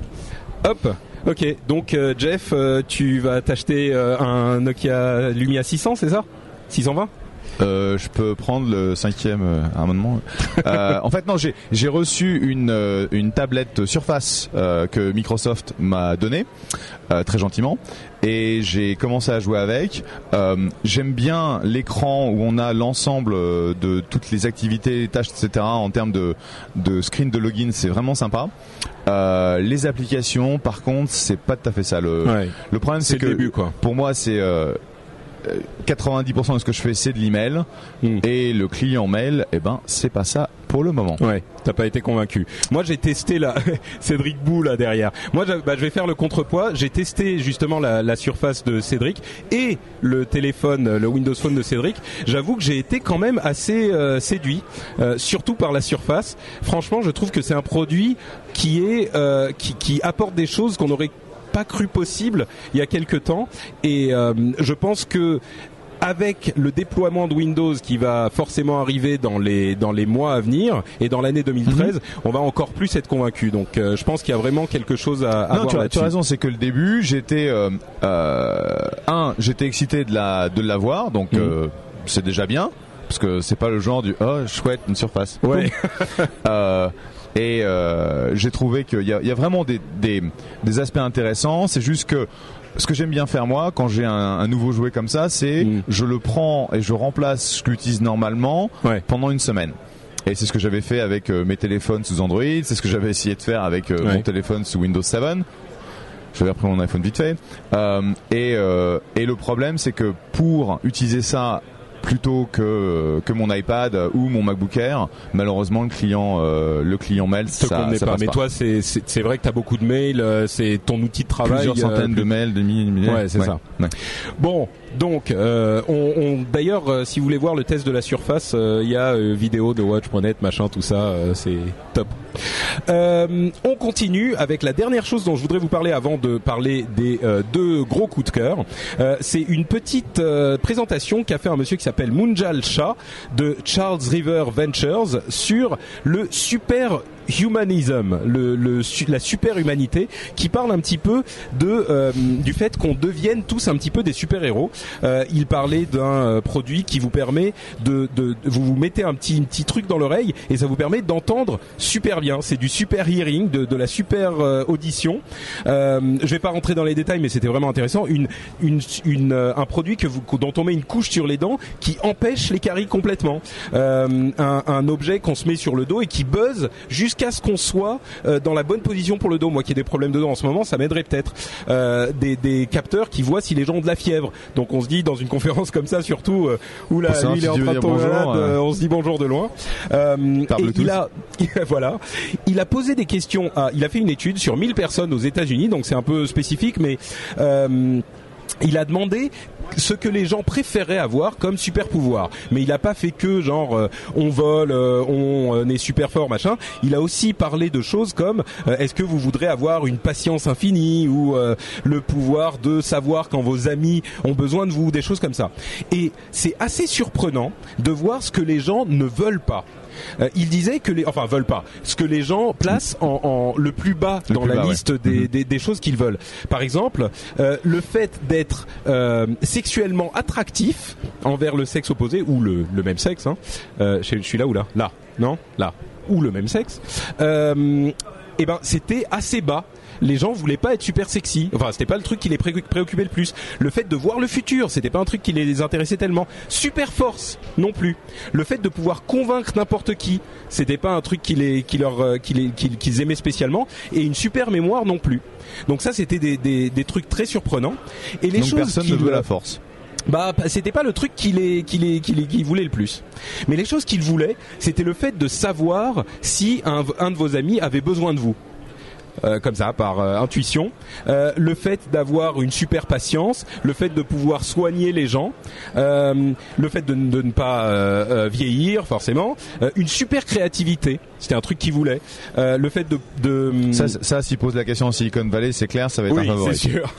Speaker 4: Hop. Ok, donc euh, Jeff, euh, tu vas t'acheter euh, un Nokia Lumia six cents, c'est ça six cent vingt
Speaker 5: Euh, je peux prendre le cinquième euh, à un moment. Euh, en fait, non, j'ai j'ai reçu une euh, une tablette Surface euh, que Microsoft m'a donnée euh, très gentiment, et j'ai commencé à jouer avec. Euh, J'aime bien l'écran où on a l'ensemble euh, de toutes les activités, les tâches, et cetera. En termes de de screen de login, c'est vraiment sympa. Euh, les applications, par contre, c'est pas tout à fait ça. Le
Speaker 4: Ouais.
Speaker 5: le problème,
Speaker 4: C'est
Speaker 5: c'est que
Speaker 4: le début, quoi.
Speaker 5: pour moi, c'est euh, quatre-vingt-dix pour cent de ce que je fais, c'est de l'email,
Speaker 4: Mm.
Speaker 5: et le client mail, eh ben, c'est pas ça pour le moment.
Speaker 4: Ouais, t'as pas été convaincu. Moi, j'ai testé la Cédric Bou là derrière. Moi, j'ai- bah, je vais faire le contrepoids. J'ai testé justement la, la Surface de Cédric et le téléphone, le Windows Phone de Cédric. J'avoue que j'ai été quand même assez euh, séduit, euh, surtout par la Surface. Franchement, je trouve que c'est un produit qui est euh, qui, qui apporte des choses qu'on aurait pas cru possible il y a quelque temps, et euh, je pense que avec le déploiement de Windows qui va forcément arriver dans les dans les mois à venir et dans l'année deux mille treize, mm-hmm. on va encore plus être convaincu. Donc euh, je pense qu'il y a vraiment quelque chose à, à
Speaker 5: non,
Speaker 4: voir
Speaker 5: tu as,
Speaker 4: là-dessus.
Speaker 5: tu as raison, c'est que le début, j'étais euh, euh, un, j'étais excité de la de l'avoir, donc
Speaker 4: Mm.
Speaker 5: euh, c'est déjà bien, parce que c'est pas le genre du oh chouette une Surface.
Speaker 4: Ouais.
Speaker 5: euh, et euh, j'ai trouvé qu'il y a, il y a vraiment des, des des aspects intéressants. C'est juste que ce que j'aime bien faire moi quand j'ai un, un nouveau jouet comme ça, c'est
Speaker 4: Mm.
Speaker 5: je le prends et je remplace ce que j'utilise normalement
Speaker 4: Ouais.
Speaker 5: pendant une semaine. Et c'est ce que j'avais fait avec euh, mes téléphones sous Android, c'est ce que j'avais essayé de faire avec euh,
Speaker 4: Ouais.
Speaker 5: mon téléphone sous Windows sept. J'avais repris mon iPhone vite fait. Euh, et, euh, et le problème, c'est que pour utiliser ça plutôt que que mon iPad ou mon MacBook Air, malheureusement le client euh, le client mail
Speaker 4: te
Speaker 5: ça,
Speaker 4: convenait
Speaker 5: ça
Speaker 4: pas.
Speaker 5: passe
Speaker 4: Mais
Speaker 5: pas.
Speaker 4: toi, c'est c'est c'est vrai que t'as beaucoup de mails, euh, c'est ton outil de travail.
Speaker 5: Plusieurs centaines
Speaker 4: euh,
Speaker 5: de mails, de milliers, de milliers.
Speaker 4: Ouais, c'est ça.
Speaker 5: Ouais.
Speaker 4: Bon, donc, euh, on, on d'ailleurs, euh, si vous voulez voir le test de la Surface, il euh, y a euh, vidéo de watch point net, machin, tout ça, euh, c'est top. Euh, on continue avec la dernière chose dont je voudrais vous parler avant de parler des euh, deux gros coups de cœur. Euh, c'est une petite euh, présentation qu'a fait un monsieur qui s'appelle Munjal Shah de Charles River Ventures sur le super humanism, le, le, la super humanité, qui parle un petit peu de euh, du fait qu'on devienne tous un petit peu des super héros. Euh, il parlait d'un euh, produit qui vous permet de, de, de vous vous mettez un petit un petit truc dans l'oreille et ça vous permet d'entendre super bien. C'est du super hearing, de, de la super euh, audition. Euh, je vais pas rentrer dans les détails, mais c'était vraiment intéressant. Une une une euh, un produit que vous dont on met une couche sur les dents qui empêche les caries complètement. Euh, un, un objet qu'on se met sur le dos et qui buzz jusqu'à ce qu'on soit euh, dans la bonne position pour le dos. Moi qui ai des problèmes de dos en ce moment, ça m'aiderait peut-être. Euh, des, des capteurs qui voient si les gens ont de la fièvre. Donc on se dit dans une conférence comme ça, surtout euh, où là, lui il est en train de tomber malade, euh, on se dit bonjour de loin. Euh, et il a, voilà, il a posé des questions. À, il a fait une étude sur mille personnes aux États-Unis, donc c'est un peu spécifique, mais euh, il a demandé ce que les gens préféraient avoir comme super pouvoir, mais il a pas fait que genre euh, on vole, euh, on euh, est super fort machin. Il a aussi parlé de choses comme euh, est-ce que vous voudrez avoir une patience infinie ou euh, le pouvoir de savoir quand vos amis ont besoin de vous, des choses comme ça. Et c'est assez surprenant de voir ce que les gens ne veulent pas. Euh, il disait que les, enfin veulent pas, ce que les gens placent en, en le plus bas le dans plus la bas, liste ouais. des, des, des choses qu'ils veulent. Par exemple, euh, le fait d'être euh, sexuellement attractif envers le sexe opposé ou le, le même sexe. Hein. Euh, je, je suis là ou là, là, non, là, ou le même sexe. Euh, et ben, c'était assez bas. Les gens voulaient pas être super sexy. Enfin, c'était pas le truc qui les pré- préoccupait le plus. Le fait de voir le futur, c'était pas un truc qui les intéressait tellement. Super force, non plus. Le fait de pouvoir convaincre n'importe qui, c'était pas un truc qui les, qui leur, euh, qui les, qui, qu'ils aimaient spécialement. Et une super mémoire non plus. Donc ça, c'était des, des, des trucs très surprenants. Et les
Speaker 5: Donc
Speaker 4: choses
Speaker 5: personne
Speaker 4: qui
Speaker 5: ne veut la force.
Speaker 4: Bah, c'était pas le truc qu'il est, qu'il est, qu'il est, qu'il voulait le plus. Mais les choses qu'il voulait, c'était le fait de savoir si un, un de vos amis avait besoin de vous. Euh, comme ça, par euh, intuition, euh, le fait d'avoir une super patience, le fait de pouvoir soigner les gens, euh, le fait de, de ne pas euh, euh, vieillir forcément, euh, une super créativité, c'était un truc qu'il voulait, euh, le fait de... de
Speaker 5: ça, ça s'il pose la question en Silicon Valley, c'est clair, ça va être
Speaker 4: oui,
Speaker 5: un favori.
Speaker 4: c'est sûr.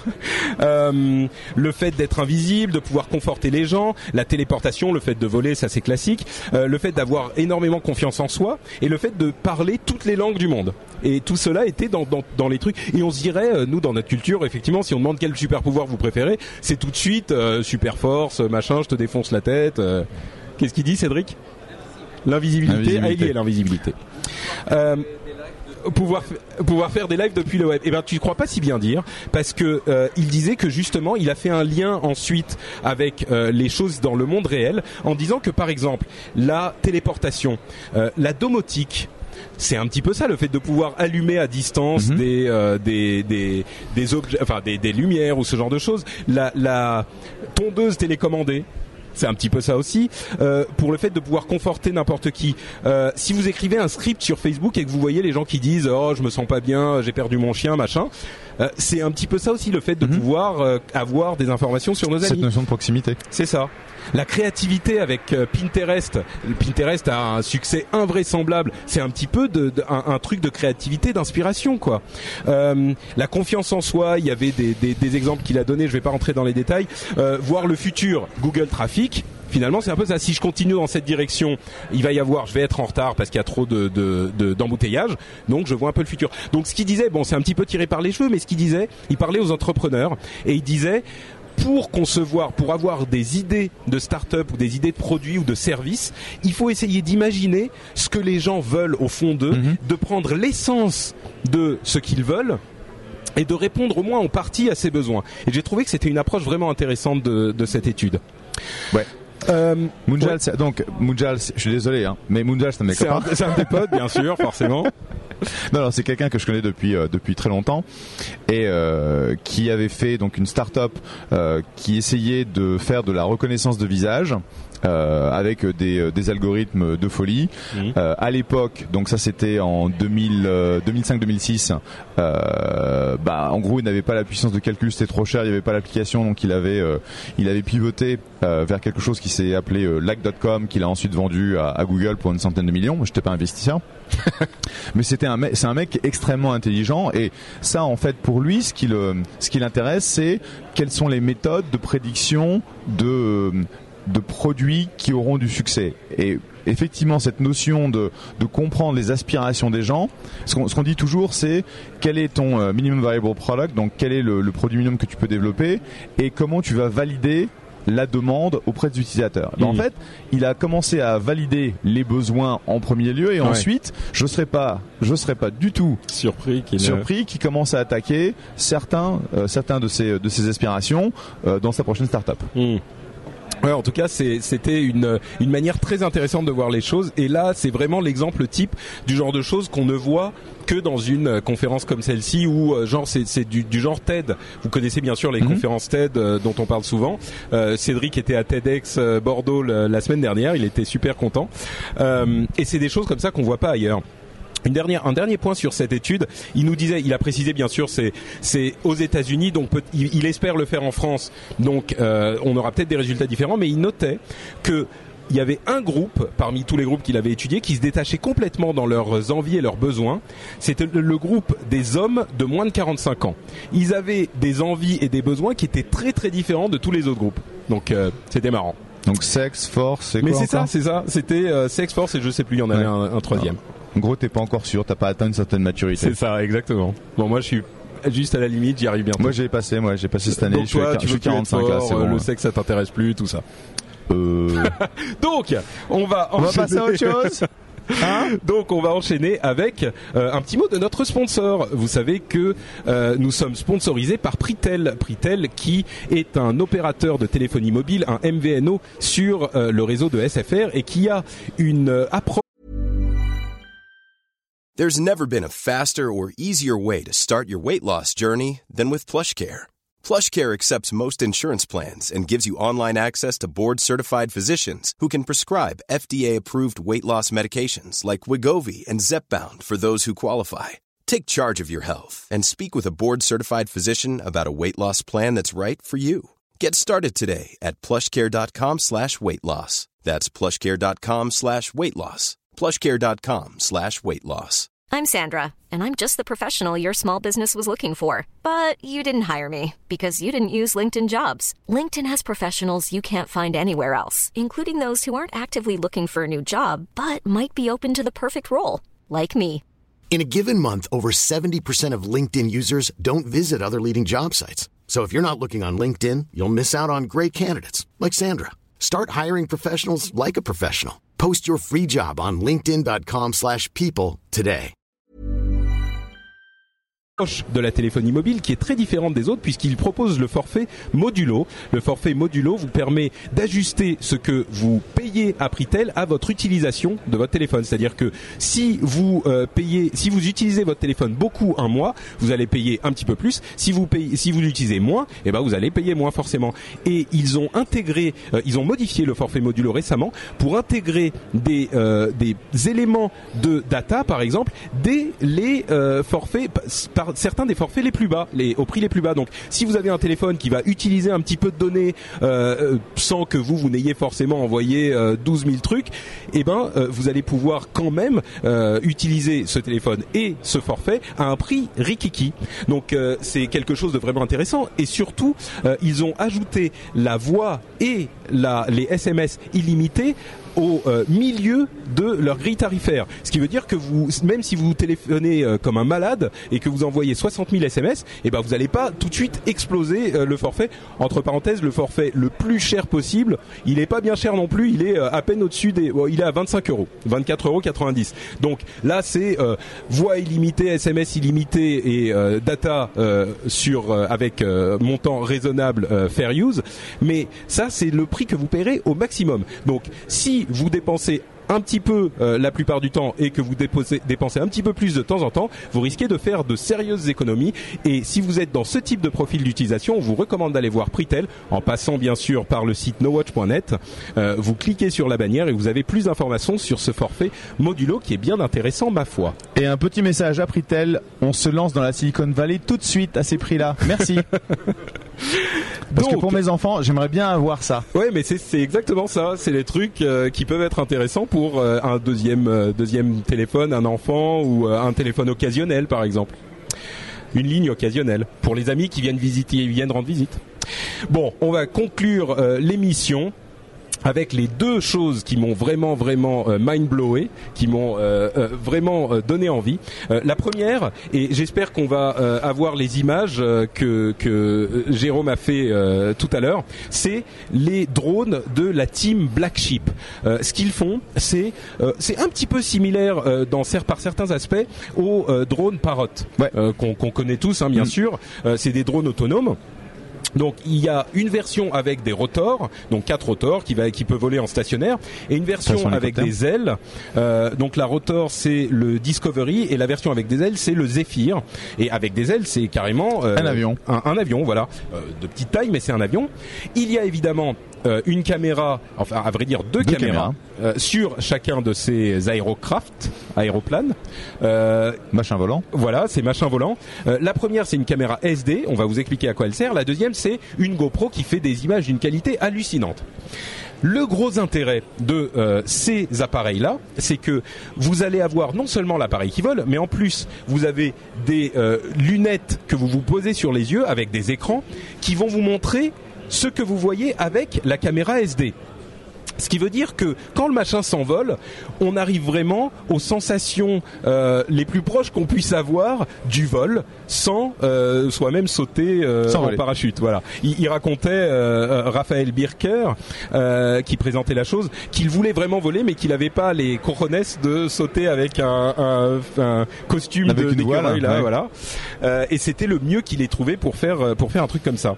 Speaker 4: euh, le fait d'être invisible, de pouvoir conforter les gens, la téléportation, le fait de voler, ça c'est classique, euh, le fait d'avoir énormément confiance en soi et le fait de parler toutes les langues du monde. Et tout cela était dans, dans, dans les trucs. Et on se dirait, euh, nous, dans notre culture, effectivement, si on demande quel super pouvoir vous préférez, c'est tout de suite euh, super force, machin, je te défonce la tête. Euh... Qu'est-ce qu'il dit, Cédric ? L'invisibilité. L'invisibilité. Ah, il y est, l'invisibilité. Euh, pouvoir pouvoir faire des lives depuis le web. Eh ben, tu ne crois pas si bien dire, parce que euh, il disait que justement, il a fait un lien ensuite avec euh, les choses dans le monde réel, en disant que, par exemple, la téléportation, euh, la domotique. C'est un petit peu ça, le fait de pouvoir allumer à distance mmh. des, euh, des des des objets, enfin des, des lumières ou ce genre de choses. La, la tondeuse télécommandée. C'est un petit peu ça aussi, euh, pour le fait de pouvoir conforter n'importe qui. Euh, si vous écrivez un script sur Facebook et que vous voyez les gens qui disent « Oh, je me sens pas bien, j'ai perdu mon chien, machin euh, », c'est un petit peu ça aussi, le fait de mmh. pouvoir euh, avoir des informations sur nos amis.
Speaker 5: Cette notion de proximité.
Speaker 4: C'est ça. La créativité avec euh, Pinterest. Pinterest a un succès invraisemblable. C'est un petit peu de, de, un, un truc de créativité, d'inspiration, quoi. Euh, la confiance en soi, il y avait des, des, des exemples qu'il a donnés, je vais pas rentrer dans les détails. Euh, voir le futur, Google Traffic. Finalement, c'est un peu ça. Si je continue dans cette direction, il va y avoir, je vais être en retard parce qu'il y a trop de, de, de, d'embouteillage. Donc, je vois un peu le futur. Donc, ce qu'il disait, bon, c'est un petit peu tiré par les cheveux, mais ce qu'il disait, il parlait aux entrepreneurs et il disait, pour concevoir, pour avoir des idées de start-up ou des idées de produits ou de services, il faut essayer d'imaginer ce que les gens veulent au fond d'eux, mmh. de prendre l'essence de ce qu'ils veulent et de répondre au moins en partie à ces besoins. Et j'ai trouvé que c'était une approche vraiment intéressante de, de cette étude.
Speaker 5: Ouais. Euh, Munjal, ouais. donc Munjal, je suis désolé, hein, mais Munjal, c'est un mec
Speaker 4: c'est un, c'est un des potes, bien sûr, forcément.
Speaker 5: Non, non, c'est quelqu'un que je connais depuis euh, depuis très longtemps et euh, qui avait fait donc une start-up euh, qui essayait de faire de la reconnaissance de visage. Euh, avec des, des algorithmes de folie. Mmh. Euh, à l'époque, donc ça c'était en deux mille, euh, deux mille cinq deux mille six, euh, bah en gros il n'avait pas la puissance de calcul, c'était trop cher, il n'y avait pas l'application, donc il avait euh, il avait pivoté euh, vers quelque chose qui s'est appelé euh, like point com, qu'il a ensuite vendu à, à Google pour une centaine de millions. Moi, j'étais pas investisseur. Mais c'était un mec, c'est un mec extrêmement intelligent et ça en fait pour lui ce qui le ce qui l'intéresse c'est quelles sont les méthodes de prédiction de de produits qui auront du succès. Et effectivement, cette notion de, de comprendre les aspirations des gens, ce qu'on, ce qu'on dit toujours, c'est quel est ton euh, minimum viable product, donc quel est le, le produit minimum que tu peux développer et comment tu vas valider la demande auprès des utilisateurs. Mmh. En fait, il a commencé à valider les besoins en premier lieu et ouais. ensuite, je serais pas, je serais pas du tout
Speaker 4: surpris qu'il
Speaker 5: surpris qu'il commence à attaquer certains, euh, certains de ses de ses aspirations euh, dans sa prochaine startup.
Speaker 4: Mmh. Ouais, en tout cas, c'est, c'était une, une manière très intéressante de voir les choses. Et là, c'est vraiment l'exemple type du genre de choses qu'on ne voit que dans une conférence comme celle-ci où, genre, c'est, c'est du, du genre TED. Vous connaissez bien sûr les mm-hmm. conférences TED euh, dont on parle souvent. Euh, Cédric était à TEDx Bordeaux le, la semaine dernière. Il était super content. Euh, et c'est des choses comme ça qu'on voit pas ailleurs. Une dernière, un dernier point sur cette étude. Il nous disait, il a précisé bien sûr, c'est, c'est aux États-Unis, donc peut, il, il espère le faire en France. Donc, euh, on aura peut-être des résultats différents, mais il notait que il y avait un groupe parmi tous les groupes qu'il avait étudiés qui se détachait complètement dans leurs envies et leurs besoins. C'était le, le groupe des hommes de moins de quarante-cinq ans. Ils avaient des envies et des besoins qui étaient très très différents de tous les autres groupes. Donc, euh, c'était marrant.
Speaker 5: Donc sexe, force, c'est quoi?
Speaker 4: Mais c'est
Speaker 5: encore
Speaker 4: ça, c'est ça. C'était euh, sexe, force et je sais plus. Il y en avait ouais. un, un troisième.
Speaker 5: Alors. En gros, t'es pas encore sûr, t'as pas atteint une certaine maturité.
Speaker 4: C'est ça, exactement. Bon, moi, je suis juste à la limite, j'y arrive bientôt.
Speaker 5: Moi, j'ai passé, moi, j'ai passé cette année.
Speaker 4: Donc,
Speaker 5: je
Speaker 4: toi,
Speaker 5: suis,
Speaker 4: tu
Speaker 5: je suis quarante-cinq
Speaker 4: fort,
Speaker 5: là, c'est bon.
Speaker 4: Le
Speaker 5: ouais.
Speaker 4: sexe, ça t'intéresse plus, tout ça.
Speaker 5: Euh...
Speaker 4: Donc, on va
Speaker 5: on va passer à autre chose. Hein
Speaker 4: Donc on va enchaîner avec euh, un petit mot de notre sponsor. Vous savez que euh, nous sommes sponsorisés par Pritel. Pritel qui est un opérateur de téléphonie mobile, un M V N O sur euh, le réseau de S F R et qui a une euh, approche.
Speaker 7: There's never been a faster or easier way to start your weight loss journey than with PlushCare. PlushCare accepts most insurance plans and gives you online access to board-certified physicians who can prescribe F D A-approved weight loss medications like Wegovy and Zepbound for those who qualify. Take charge of your health and speak with a board-certified physician about a weight loss plan that's right for you. Get started today at plushcare.com slash weight loss. That's plushcare.com slash weight loss. plushcare.com slash weight loss.
Speaker 8: I'm Sandra, and I'm just the professional your small business was looking for. But you didn't hire me because you didn't use LinkedIn Jobs. LinkedIn has professionals you can't find anywhere else, including those who aren't actively looking for a new job, but might be open to the perfect role, like me.
Speaker 9: In a given month, over seventy percent of LinkedIn users don't visit other leading job sites. So if you're not looking on LinkedIn, you'll miss out on great candidates, like Sandra. Start hiring professionals like a professional. Post your free job on linkedin.com slash people today.
Speaker 4: De la téléphonie mobile qui est très différente des autres puisqu'il propose le forfait modulo. Le forfait modulo vous permet d'ajuster ce que vous payez à Pritel à votre utilisation de votre téléphone. C'est-à-dire que si vous euh, payez, si vous utilisez votre téléphone beaucoup un mois, vous allez payer un petit peu plus. Si vous payez, si vous l'utilisez moins, eh ben vous allez payer moins forcément. Et ils ont intégré, euh, ils ont modifié le forfait modulo récemment pour intégrer des euh, des éléments de data, par exemple, dès les euh, forfaits par certains des forfaits les plus bas, les, au prix les plus bas. Donc, si vous avez un téléphone qui va utiliser un petit peu de données euh, sans que vous, vous n'ayez forcément envoyé euh, douze mille trucs, eh ben, euh, vous allez pouvoir quand même euh, utiliser ce téléphone et ce forfait à un prix rikiki. Donc, euh, c'est quelque chose de vraiment intéressant. Et surtout, euh, ils ont ajouté la voix et la, les S M S illimités au euh, milieu de leur grille tarifaire. Ce qui veut dire que vous, même si vous téléphonez euh, comme un malade et que vous envoyez soixante mille S M S, eh ben vous n'allez pas tout de suite exploser euh, le forfait. Entre parenthèses, le forfait le plus cher possible, il est pas bien cher non plus, il est euh, à peine au-dessus des, bon, il est à vingt-cinq euros, vingt-quatre euros quatre-vingt-dix. Donc là, c'est euh, voix illimitée, S M S illimité et euh, data euh, sur euh, avec euh, montant raisonnable, euh, fair use. Mais ça, c'est le prix que vous paierez au maximum. Donc si vous dépensez un petit peu euh, la plupart du temps et que vous déposez, dépensez un petit peu plus de temps en temps, vous risquez de faire de sérieuses économies. Et si vous êtes dans ce type de profil d'utilisation, on vous recommande d'aller voir Pritel en passant bien sûr par le site nowatch point net. Euh, vous cliquez sur la bannière et vous avez plus d'informations sur ce forfait modulo qui est bien intéressant, ma foi.
Speaker 5: Et un petit message à Pritel, on se lance dans la Silicon Valley tout de suite à ces prix-là. Merci. Parce Donc, que pour mes enfants, j'aimerais bien avoir ça.
Speaker 4: Ouais, mais c'est, c'est exactement ça. C'est les trucs euh, qui peuvent être intéressants pour euh, un deuxième euh, deuxième téléphone, un enfant ou euh, un téléphone occasionnel, par exemple. Une ligne occasionnelle pour les amis qui viennent visiter, viennent rendre visite. Bon, on va conclure euh, l'émission avec les deux choses qui m'ont vraiment vraiment euh, mind-blowé, qui m'ont euh, euh, vraiment euh, donné envie. Euh, la première, et j'espère qu'on va euh, avoir les images euh, que que Jérôme a fait euh, tout à l'heure, c'est les drones de la team Black Sheep. Euh, ce qu'ils font, c'est euh, c'est un petit peu similaire euh, dans par certains aspects aux euh, drones Parrot, ouais. euh, qu'on, qu'on connaît tous, hein, bien mmh. sûr. Euh, c'est des drones autonomes. Donc il y a une version avec des rotors, donc quatre rotors qui va qui peut voler en stationnaire, et une version avec des ailes. Euh, donc la rotor c'est le Discovery et la version avec des ailes c'est le Zephyr. Et avec des ailes c'est carrément euh,
Speaker 5: un avion.
Speaker 4: Un, un avion, voilà, euh, de petite taille mais c'est un avion. Il y a évidemment euh, une caméra, enfin à vrai dire deux, deux caméras, caméras. Euh, sur chacun de ces aérocraft. aéroplane. Euh,
Speaker 5: machin volant.
Speaker 4: Voilà, c'est machin volant. Euh, la première, c'est une caméra S D. On va vous expliquer à quoi elle sert. La deuxième, c'est une GoPro qui fait des images d'une qualité hallucinante. Le gros intérêt de euh, ces appareils-là, c'est que vous allez avoir non seulement l'appareil qui vole, mais en plus, vous avez des euh, lunettes que vous vous posez sur les yeux avec des écrans qui vont vous montrer ce que vous voyez avec la caméra S D. Ce qui veut dire que quand le machin s'envole, on arrive vraiment aux sensations euh, les plus proches qu'on puisse avoir du vol sans euh, soi-même sauter euh, sans en voler. Parachute. Voilà. Il, il racontait euh, Raphaël Birker euh, qui présentait la chose, qu'il voulait vraiment voler, mais qu'il n'avait pas les cojones de sauter avec un, un, un costume avec de d'écureuil là, ouais. Voilà. Euh, et c'était le mieux qu'il ait trouvé pour faire pour faire un truc comme ça.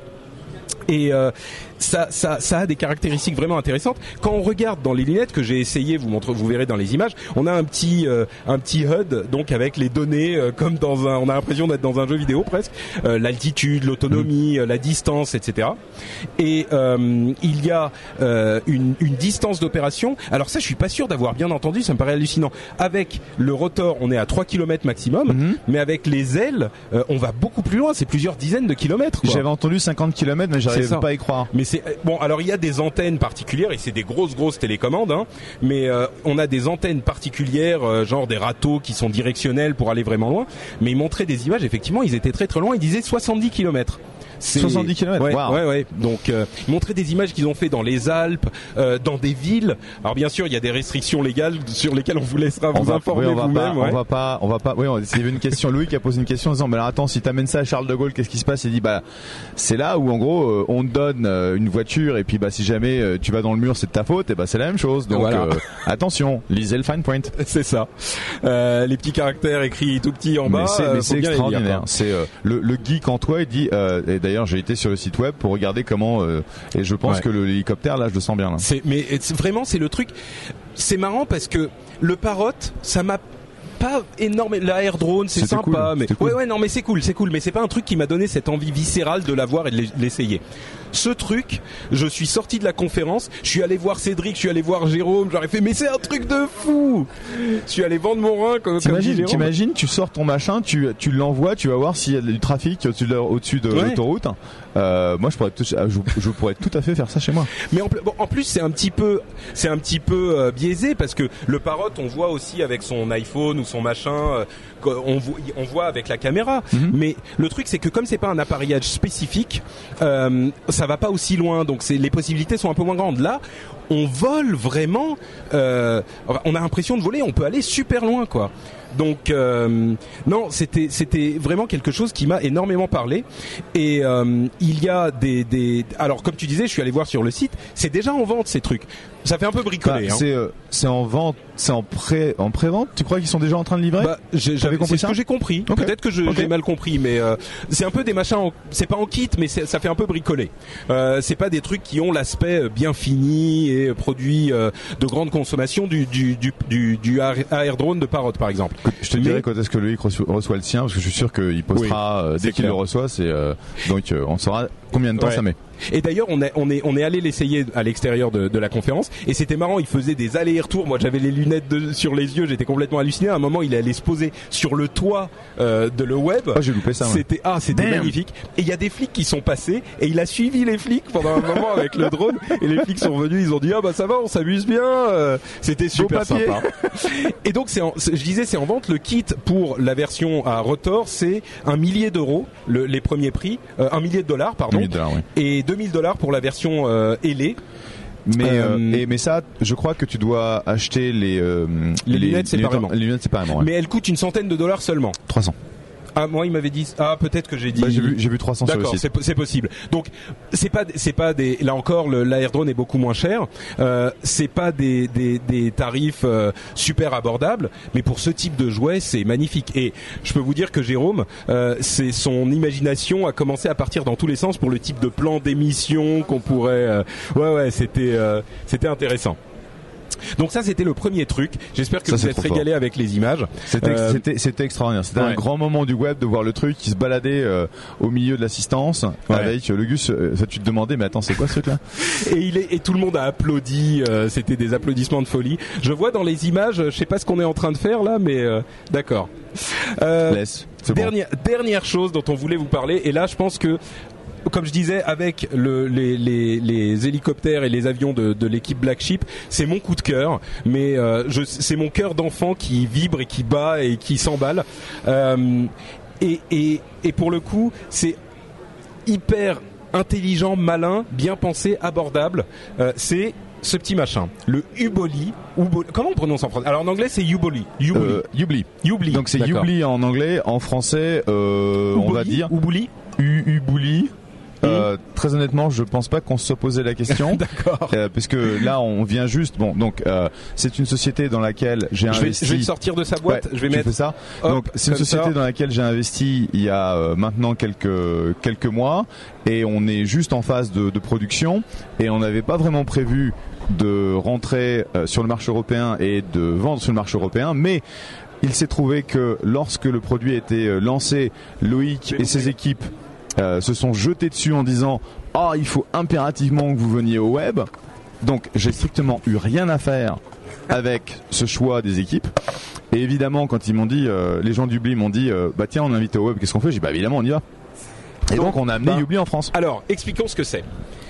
Speaker 4: Et euh, ça, ça, ça a des caractéristiques vraiment intéressantes. Quand on regarde dans les lunettes que j'ai essayé, vous montre, vous verrez dans les images, on a un petit, euh, un petit H U D, donc avec les données euh, comme dans un, on a l'impression d'être dans un jeu vidéo presque, euh, l'altitude, l'autonomie, euh, la distance, et cetera. Et euh, il y a euh, une, une distance d'opération. Alors ça, je suis pas sûr d'avoir bien entendu. Ça me paraît hallucinant. Avec le rotor, on est à trois kilomètres maximum, mm-hmm. mais avec les ailes, euh, on va beaucoup plus loin. C'est plusieurs dizaines de kilomètres. Quoi.
Speaker 5: J'avais entendu cinquante kilomètres, mais j'arrive pas à y croire.
Speaker 4: Mais c'est bon. Alors il y a des antennes particulières et c'est des grosses grosses télécommandes, hein, mais euh, on a des antennes particulières, euh, genre des râteaux qui sont directionnels pour aller vraiment loin. Mais ils montraient des images. Effectivement, ils étaient très très loin. Ils disaient soixante-dix kilomètres.
Speaker 5: C'est... soixante-dix kilomètres.
Speaker 4: Ouais,
Speaker 5: wow.
Speaker 4: ouais, ouais. Donc, euh, montrer des images qu'ils ont fait dans les Alpes, euh, dans des villes. Alors bien sûr, il y a des restrictions légales sur lesquelles on vous laissera
Speaker 5: on
Speaker 4: vous
Speaker 5: va,
Speaker 4: informer
Speaker 5: oui, on va
Speaker 4: vous-même.
Speaker 5: Pas,
Speaker 4: ouais.
Speaker 5: On va pas, on va pas. Oui, il y avait une question. Louis qui a posé une question en disant, mais alors attends, si t'amènes ça à Charles de Gaulle, qu'est-ce qui se passe? Il dit, bah, c'est là où en gros, euh, on te donne euh, une voiture et puis bah si jamais euh, tu vas dans le mur, c'est de ta faute. Et bah c'est la même chose. Donc voilà. euh, attention, lisez le fine print.
Speaker 4: C'est ça. Euh, les petits caractères écrits tout petits en bas.
Speaker 5: Mais c'est,
Speaker 4: euh,
Speaker 5: mais c'est extraordinaire.
Speaker 4: Lire,
Speaker 5: c'est euh, le, le geek en toi. Il dit. Euh, et d'ailleurs, j'ai été sur le site web pour regarder comment euh, et je pense ouais. que le, l'hélicoptère là je le sens bien là.
Speaker 4: C'est mais c'est, vraiment c'est le truc, c'est marrant parce que le Parrot ça m'a pas énorme, la air drone c'est
Speaker 5: C'était
Speaker 4: sympa
Speaker 5: cool.
Speaker 4: mais
Speaker 5: C'était cool.
Speaker 4: ouais ouais non mais c'est cool c'est cool mais c'est pas un truc qui m'a donné cette envie viscérale de l'avoir et de l'essayer. Ce truc, je suis sorti de la conférence, je suis allé voir Cédric, je suis allé voir Jérôme, j'aurais fait mais c'est un truc de fou. Je suis allé vendre mon rein comme
Speaker 5: t'imagines,
Speaker 4: comme
Speaker 5: t'imagines, tu sors ton machin, tu tu l'envoies, tu vas voir s'il y a du trafic au-dessus de, au-dessus de ouais. l'autoroute. Euh, moi je pourrais tout, je, je pourrais tout à fait faire ça chez moi.
Speaker 4: Mais en, bon, en plus c'est un petit peu c'est un petit peu euh, biaisé parce que le Parrot on voit aussi avec son iPhone ou son machin euh, on, on voit avec la caméra. Mm-hmm. Mais le truc c'est que comme c'est pas un appareillage spécifique, euh, ça va pas aussi loin, donc c'est, les possibilités sont un peu moins grandes. Là, on vole vraiment, euh, on a l'impression de voler, on peut aller super loin, quoi. Donc euh, non, c'était c'était vraiment quelque chose qui m'a énormément parlé. Et euh, il y a des des alors comme tu disais, je suis allé voir sur le site, c'est déjà en vente ces trucs. Ça fait un peu bricolé.
Speaker 5: Bah,
Speaker 4: hein.
Speaker 5: C'est euh, c'est en vente, c'est en pré en pré-vente. Tu crois qu'ils sont déjà en train de livrer?
Speaker 4: Bah, j'ai, j'avais compris c'est ça ce que j'ai compris. Okay. Peut-être que je, okay. j'ai mal compris, mais euh, c'est un peu des machins. En, c'est pas en kit, mais c'est, ça fait un peu bricolé. Euh, c'est pas des trucs qui ont l'aspect bien fini et produit euh, de grande consommation du du du du, du air drone de Parrot par exemple.
Speaker 5: Je te mais... dirai quand est-ce que Loïc reçoit le sien, parce que je suis sûr qu'il postera oui, euh, dès qu'il clair. le reçoit. C'est euh, donc euh, on saura combien de temps ouais. ça met.
Speaker 4: Et d'ailleurs, on est on est on est allé l'essayer à l'extérieur de, de la conférence et c'était marrant. Il faisait des allers-retours. Moi, j'avais les lunettes de, sur les yeux. J'étais complètement halluciné. À un moment, il allait se poser sur le toit euh, de le web.
Speaker 5: Oh, j'ai loupé ça.
Speaker 4: C'était ah, c'était Damn. magnifique. Et il y a des flics qui sont passés et il a suivi les flics pendant un moment avec le drone. Et les flics sont venus. Ils ont dit ah bah ça va, on s'amuse bien. Euh, c'était super sympa. Et donc c'est, en, c'est je disais c'est en vente. Le kit pour la version à rotor, c'est un millier d'euros. Le, les premiers prix, euh, un millier de dollars pardon.
Speaker 5: De dollars, oui.
Speaker 4: Et deux mille dollars pour la version euh, ailée.
Speaker 5: Mais euh, euh, et, mais ça, je crois que tu dois acheter les euh,
Speaker 4: les, les lunettes séparément.
Speaker 5: Les lunettes séparément. Ouais.
Speaker 4: Mais elles coûtent une centaine de dollars seulement.
Speaker 5: trois cents.
Speaker 4: Ah moi il m'avait dit ah peut-être que j'ai dit
Speaker 5: bah, j'ai vu j'ai vu trois cents
Speaker 4: D'accord,
Speaker 5: sur le site.
Speaker 4: c'est c'est possible. Donc c'est pas c'est pas des là encore le l'air drone est beaucoup moins cher. Euh c'est pas des des des tarifs euh, super abordables, mais pour ce type de jouet, c'est magnifique et je peux vous dire que Jérôme euh c'est son imagination a commencé à partir dans tous les sens pour le type de plan d'émission qu'on pourrait euh, ouais ouais, c'était euh, c'était intéressant. Donc ça, c'était le premier truc. J'espère que
Speaker 5: ça,
Speaker 4: vous êtes régalés fort. Avec les images.
Speaker 5: C'était,
Speaker 4: euh...
Speaker 5: c'était, c'était extraordinaire. C'était ouais. un grand moment du web de voir le truc qui se baladait euh, au milieu de l'assistance ouais. avec le Gus. Euh, ça, tu te demandais, mais attends, c'est quoi ce truc-là?
Speaker 4: Et il est, et tout le monde a applaudi. Euh, c'était des applaudissements de folie. Je vois dans les images, je sais pas ce qu'on est en train de faire là, mais euh, d'accord. Euh,
Speaker 5: Laisse.
Speaker 4: Dernière, bon. dernière chose dont on voulait vous parler, et là, je pense que comme je disais, avec le, les, les, les hélicoptères et les avions de, de l'équipe Black Sheep, c'est mon coup de cœur, mais euh, je, c'est mon cœur d'enfant qui vibre et qui bat et qui s'emballe. Euh, et, et, et pour le coup, c'est hyper intelligent, malin, bien pensé, abordable. Euh, c'est ce petit machin, le Uboli. Uboli. Comment on prononce en français? Alors en anglais c'est Uboli. Uboli.
Speaker 5: Euh, Ubli.
Speaker 4: Ubli.
Speaker 5: Donc c'est Ubli en anglais, en français, euh, on va dire
Speaker 4: Uboli.
Speaker 5: Ubuli. Euh, très honnêtement, je pense pas qu'on se soit posé la question.
Speaker 4: D'accord.
Speaker 5: Euh, parce que là, on vient juste. Bon, donc euh, c'est une société dans laquelle j'ai
Speaker 4: je
Speaker 5: investi.
Speaker 4: Vais, je vais sortir de sa boîte.
Speaker 5: Ouais,
Speaker 4: je vais
Speaker 5: tu
Speaker 4: mettre.
Speaker 5: fais ça.
Speaker 4: Hop,
Speaker 5: donc c'est une société
Speaker 4: ça.
Speaker 5: dans laquelle j'ai investi il y a euh, maintenant quelques quelques mois, et on est juste en phase de, de production, et on n'avait pas vraiment prévu de rentrer euh, sur le marché européen et de vendre sur le marché européen, mais il s'est trouvé que lorsque le produit a été lancé, Loïc et ses équipes euh, se sont jetés dessus en disant ah, oh, il faut impérativement que vous veniez au web. Donc j'ai strictement eu rien à faire avec ce choix des équipes. Et évidemment, quand ils m'ont dit, euh, les gens d'Ubli m'ont dit, euh, bah tiens, on est invité au web, qu'est-ce qu'on fait? J'ai dit bah évidemment, on y va. Et donc, donc on a amené bah, Ubli en France.
Speaker 4: Alors, expliquons ce que c'est.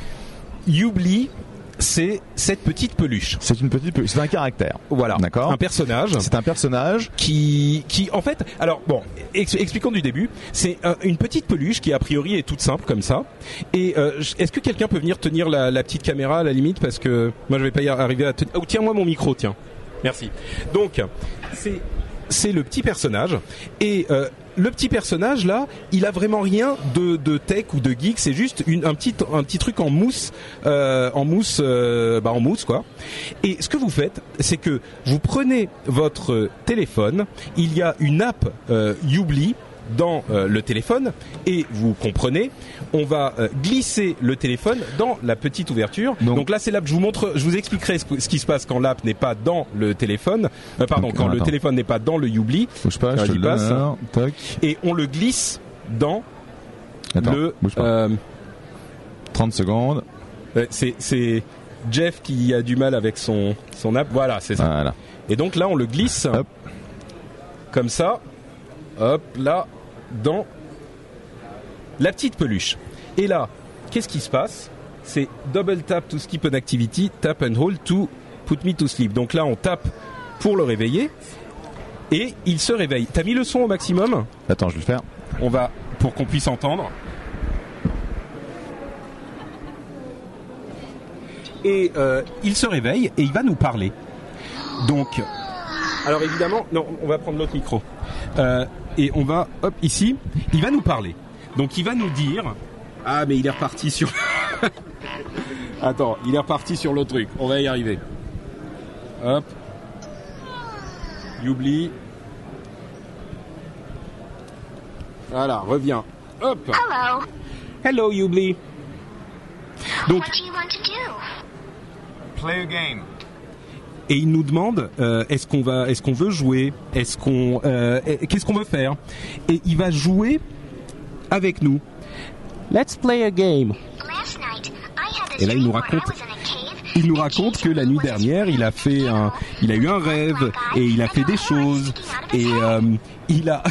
Speaker 4: Ubli, c'est cette petite peluche.
Speaker 5: C'est une petite peluche. C'est un caractère.
Speaker 4: Voilà.
Speaker 5: D'accord.
Speaker 4: Un personnage.
Speaker 5: C'est un personnage
Speaker 4: qui, qui, en fait, alors bon, ex- expliquons du début. C'est euh, une petite peluche qui a priori est toute simple comme ça. Et euh, est-ce que quelqu'un peut venir tenir la, la petite caméra à la limite, parce que moi je vais pas y arriver à tenir. Oh, tiens-moi mon micro, tiens. Merci. Donc, c'est c'est le petit personnage, et euh, le petit personnage là, il a vraiment rien de, de tech ou de geek. C'est juste une, un petit un petit truc en mousse, euh, en mousse, euh, bah en mousse quoi. Et ce que vous faites, c'est que vous prenez votre téléphone. Il y a une app euh, Ubli dans euh, le téléphone, et vous comprenez, on va euh, glisser le téléphone dans la petite ouverture. Donc, Donc là, c'est l'app. Je vous montre, je vous expliquerai ce, ce qui se passe quand l'app n'est pas dans le téléphone. Euh, pardon,
Speaker 5: Donc,
Speaker 4: quand
Speaker 5: attends.
Speaker 4: le téléphone n'est pas dans le Ubli.
Speaker 5: Bouge pas, je te le donne,
Speaker 4: passe,
Speaker 5: alors, tac.
Speaker 4: Et on le glisse dans
Speaker 5: attends,
Speaker 4: le.
Speaker 5: Bouge pas.
Speaker 4: Euh,
Speaker 5: trente secondes.
Speaker 4: Euh, c'est, c'est Jeff qui a du mal avec son son app. Voilà, c'est ça.
Speaker 5: Voilà.
Speaker 4: Et donc là, on le glisse
Speaker 5: Hop.
Speaker 4: comme ça. Hop là, dans la petite peluche. Et là, qu'est-ce qui se passe? C'est double tap to skip an activity, tap and hold to put me to sleep. Donc là, on tape pour le réveiller, et il se réveille. T'as mis le son au maximum?
Speaker 5: Attends, je vais le faire.
Speaker 4: On va, pour qu'on puisse entendre. Et euh, il se réveille et il va nous parler. Donc, alors évidemment, non, on va prendre l'autre micro. Euh, et on va, hop, ici, il va nous parler. Donc il va nous dire, ah mais il est reparti sur, attends, il est reparti sur le truc. On va y arriver. Hop, Ubli. Voilà, reviens. Hop.
Speaker 10: Hello.
Speaker 4: Hello Ubli. Donc.
Speaker 10: What do you want to do?
Speaker 5: Play a game.
Speaker 4: Et il nous demande euh, est-ce qu'on va, est-ce qu'on veut jouer, est-ce qu'on, euh, qu'est-ce qu'on veut faire. Et il va jouer avec nous. Let's play a game. Et là, il nous raconte, il nous raconte que la nuit dernière, il a fait un, il a eu un rêve et il a fait des choses et euh, il a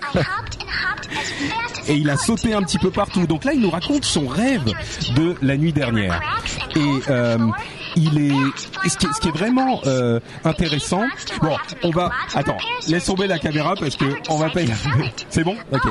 Speaker 4: et il a sauté un petit peu partout. Donc là, il nous raconte son rêve de la nuit dernière. Et euh, il est, ce qui est, ce qui est vraiment euh, intéressant. Bon, on va, attends, laisse tomber la caméra parce que on va pas y arriver. C'est bon? Ok.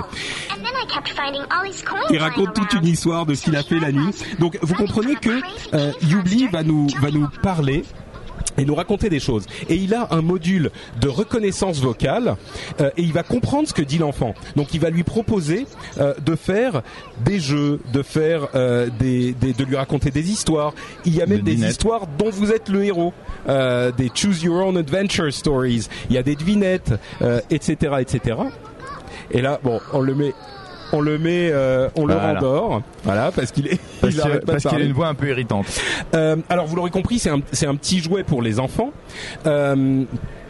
Speaker 4: Il raconte toute une histoire de ce qu'il a fait la nuit. Donc, vous comprenez que euh, Ubli va nous va nous parler et nous raconter des choses. Et il a un module de reconnaissance vocale euh, et il va comprendre ce que dit l'enfant. Donc il va lui proposer euh, de faire des jeux, de faire euh, des, des, de lui raconter des histoires. Il y a même des, des histoires dont vous êtes le héros, euh, des choose your own adventure stories. Il y a des devinettes, euh, et cetera, et cetera. Et là, bon, on le met on le met, euh, on
Speaker 5: voilà.
Speaker 4: le rendort, voilà, parce qu'il est,
Speaker 5: parce,
Speaker 4: il
Speaker 5: qu'il,
Speaker 4: arrête pas
Speaker 5: parce
Speaker 4: de
Speaker 5: qu'il a
Speaker 4: parler.
Speaker 5: une voix un peu irritante.
Speaker 4: Euh, alors vous l'aurez compris, c'est un, c'est un petit jouet pour les enfants. Euh,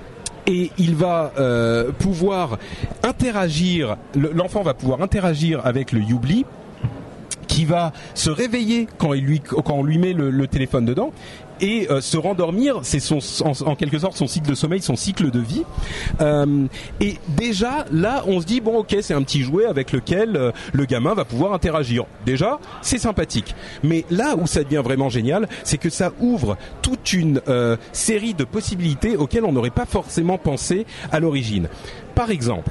Speaker 4: Et il va euh, pouvoir interagir, le, l'enfant va pouvoir interagir avec le Youbli, qui va se réveiller quand, il lui, quand on lui met le, le téléphone dedans, et euh, se rendormir, c'est son, en, en quelque sorte son cycle de sommeil, son cycle de vie. Euh, et déjà, là, on se dit, bon ok, c'est un petit jouet avec lequel euh, le gamin va pouvoir interagir. Déjà, c'est sympathique. Mais là où ça devient vraiment génial, c'est que ça ouvre toute une euh, série de possibilités auxquelles on n'aurait pas forcément pensé à l'origine. Par exemple,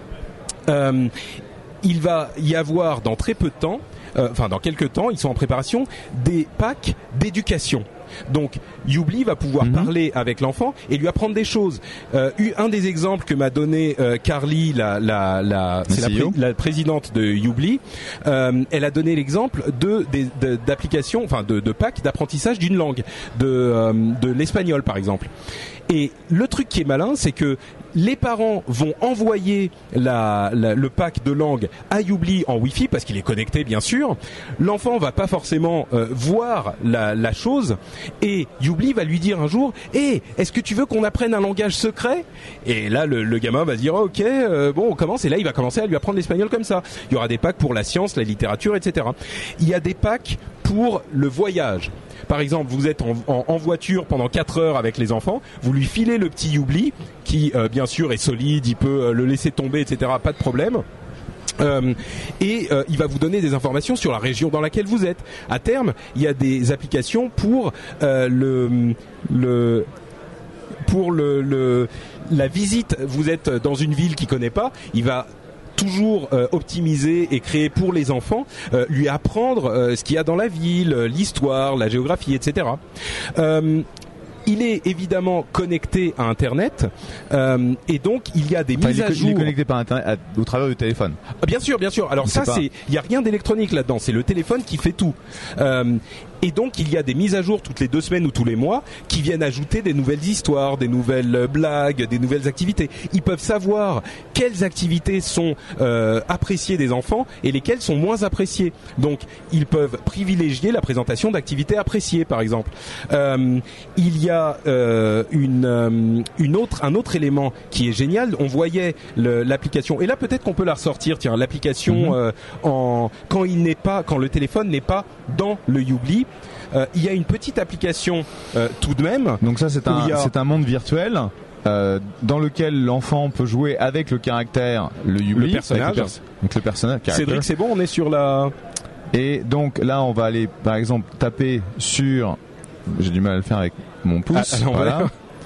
Speaker 4: euh, il va y avoir dans très peu de temps, euh, enfin dans quelques temps, ils sont en préparation, des packs d'éducation. Donc Youbli va pouvoir mmh. parler avec l'enfant et lui apprendre des choses. Euh, un des exemples que m'a donné euh, Carly, la, la, la, c'est la, pré- la présidente de Youbli, euh, elle a donné l'exemple de, de, de d'applications, enfin de, de packs d'apprentissage d'une langue, de, euh, de l'espagnol par exemple. Et le truc qui est malin, c'est que les parents vont envoyer la, la, le pack de langue à Youbli en Wi-Fi parce qu'il est connecté bien sûr. L'enfant va pas forcément euh, voir la, la chose et Youbli va lui dire un jour hey, « Hé, est-ce que tu veux qu'on apprenne un langage secret ?» Et là, le, le gamin va se dire oh, « Ok, euh, bon, on commence. » Et là, il va commencer à lui apprendre l'espagnol comme ça. Il y aura des packs pour la science, la littérature, et cetera. Il y a des packs pour le voyage. Par exemple, vous êtes en, en, en voiture pendant quatre heures avec les enfants, vous lui filez le petit Youbli qui, euh, bien sûr, est solide, il peut euh, le laisser tomber, et cetera. Pas de problème. Euh, et euh, il va vous donner des informations sur la région dans laquelle vous êtes. À terme, il y a des applications pour euh, le le pour le, le la visite. Vous êtes dans une ville qu'il connaît pas, il va toujours euh, optimiser et créer pour les enfants, euh, lui apprendre euh, ce qu'il y a dans la ville, euh, l'histoire, la géographie, et cetera. Euh, il est évidemment connecté à Internet euh, et donc il y a des
Speaker 5: enfin,
Speaker 4: mises
Speaker 5: il est,
Speaker 4: à jour.
Speaker 5: Il est connecté par Internet à, au travers du téléphone.
Speaker 4: Bien sûr, bien sûr. Alors ça, pas. c'est, il y a rien d'électronique là-dedans. C'est le téléphone qui fait tout. Euh, Et donc il y a des mises à jour toutes les deux semaines ou tous les mois qui viennent ajouter des nouvelles histoires, des nouvelles blagues, des nouvelles activités. Ils peuvent savoir quelles activités sont euh, appréciées des enfants et lesquelles sont moins appréciées. Donc ils peuvent privilégier la présentation d'activités appréciées, par exemple. Euh, il y a euh, une, euh, une autre, un autre élément qui est génial. On voyait le, l'application et là peut-être qu'on peut la ressortir. Tiens, l'application mm-hmm. euh, en quand il n'est pas, quand le téléphone n'est pas dans le Youbli. Euh, il y a une petite application euh, tout de même.
Speaker 5: Donc ça c'est un,
Speaker 4: a...
Speaker 5: c'est un monde virtuel euh, dans lequel l'enfant peut jouer avec le caractère, le Youbli,
Speaker 4: le personnage.
Speaker 5: Avec le, pers- avec le personnage.
Speaker 4: Cédric, c'est bon, on est sur la...
Speaker 5: Et donc là on va aller par exemple taper sur... J'ai du mal à le faire avec mon pouce. Ah, voilà.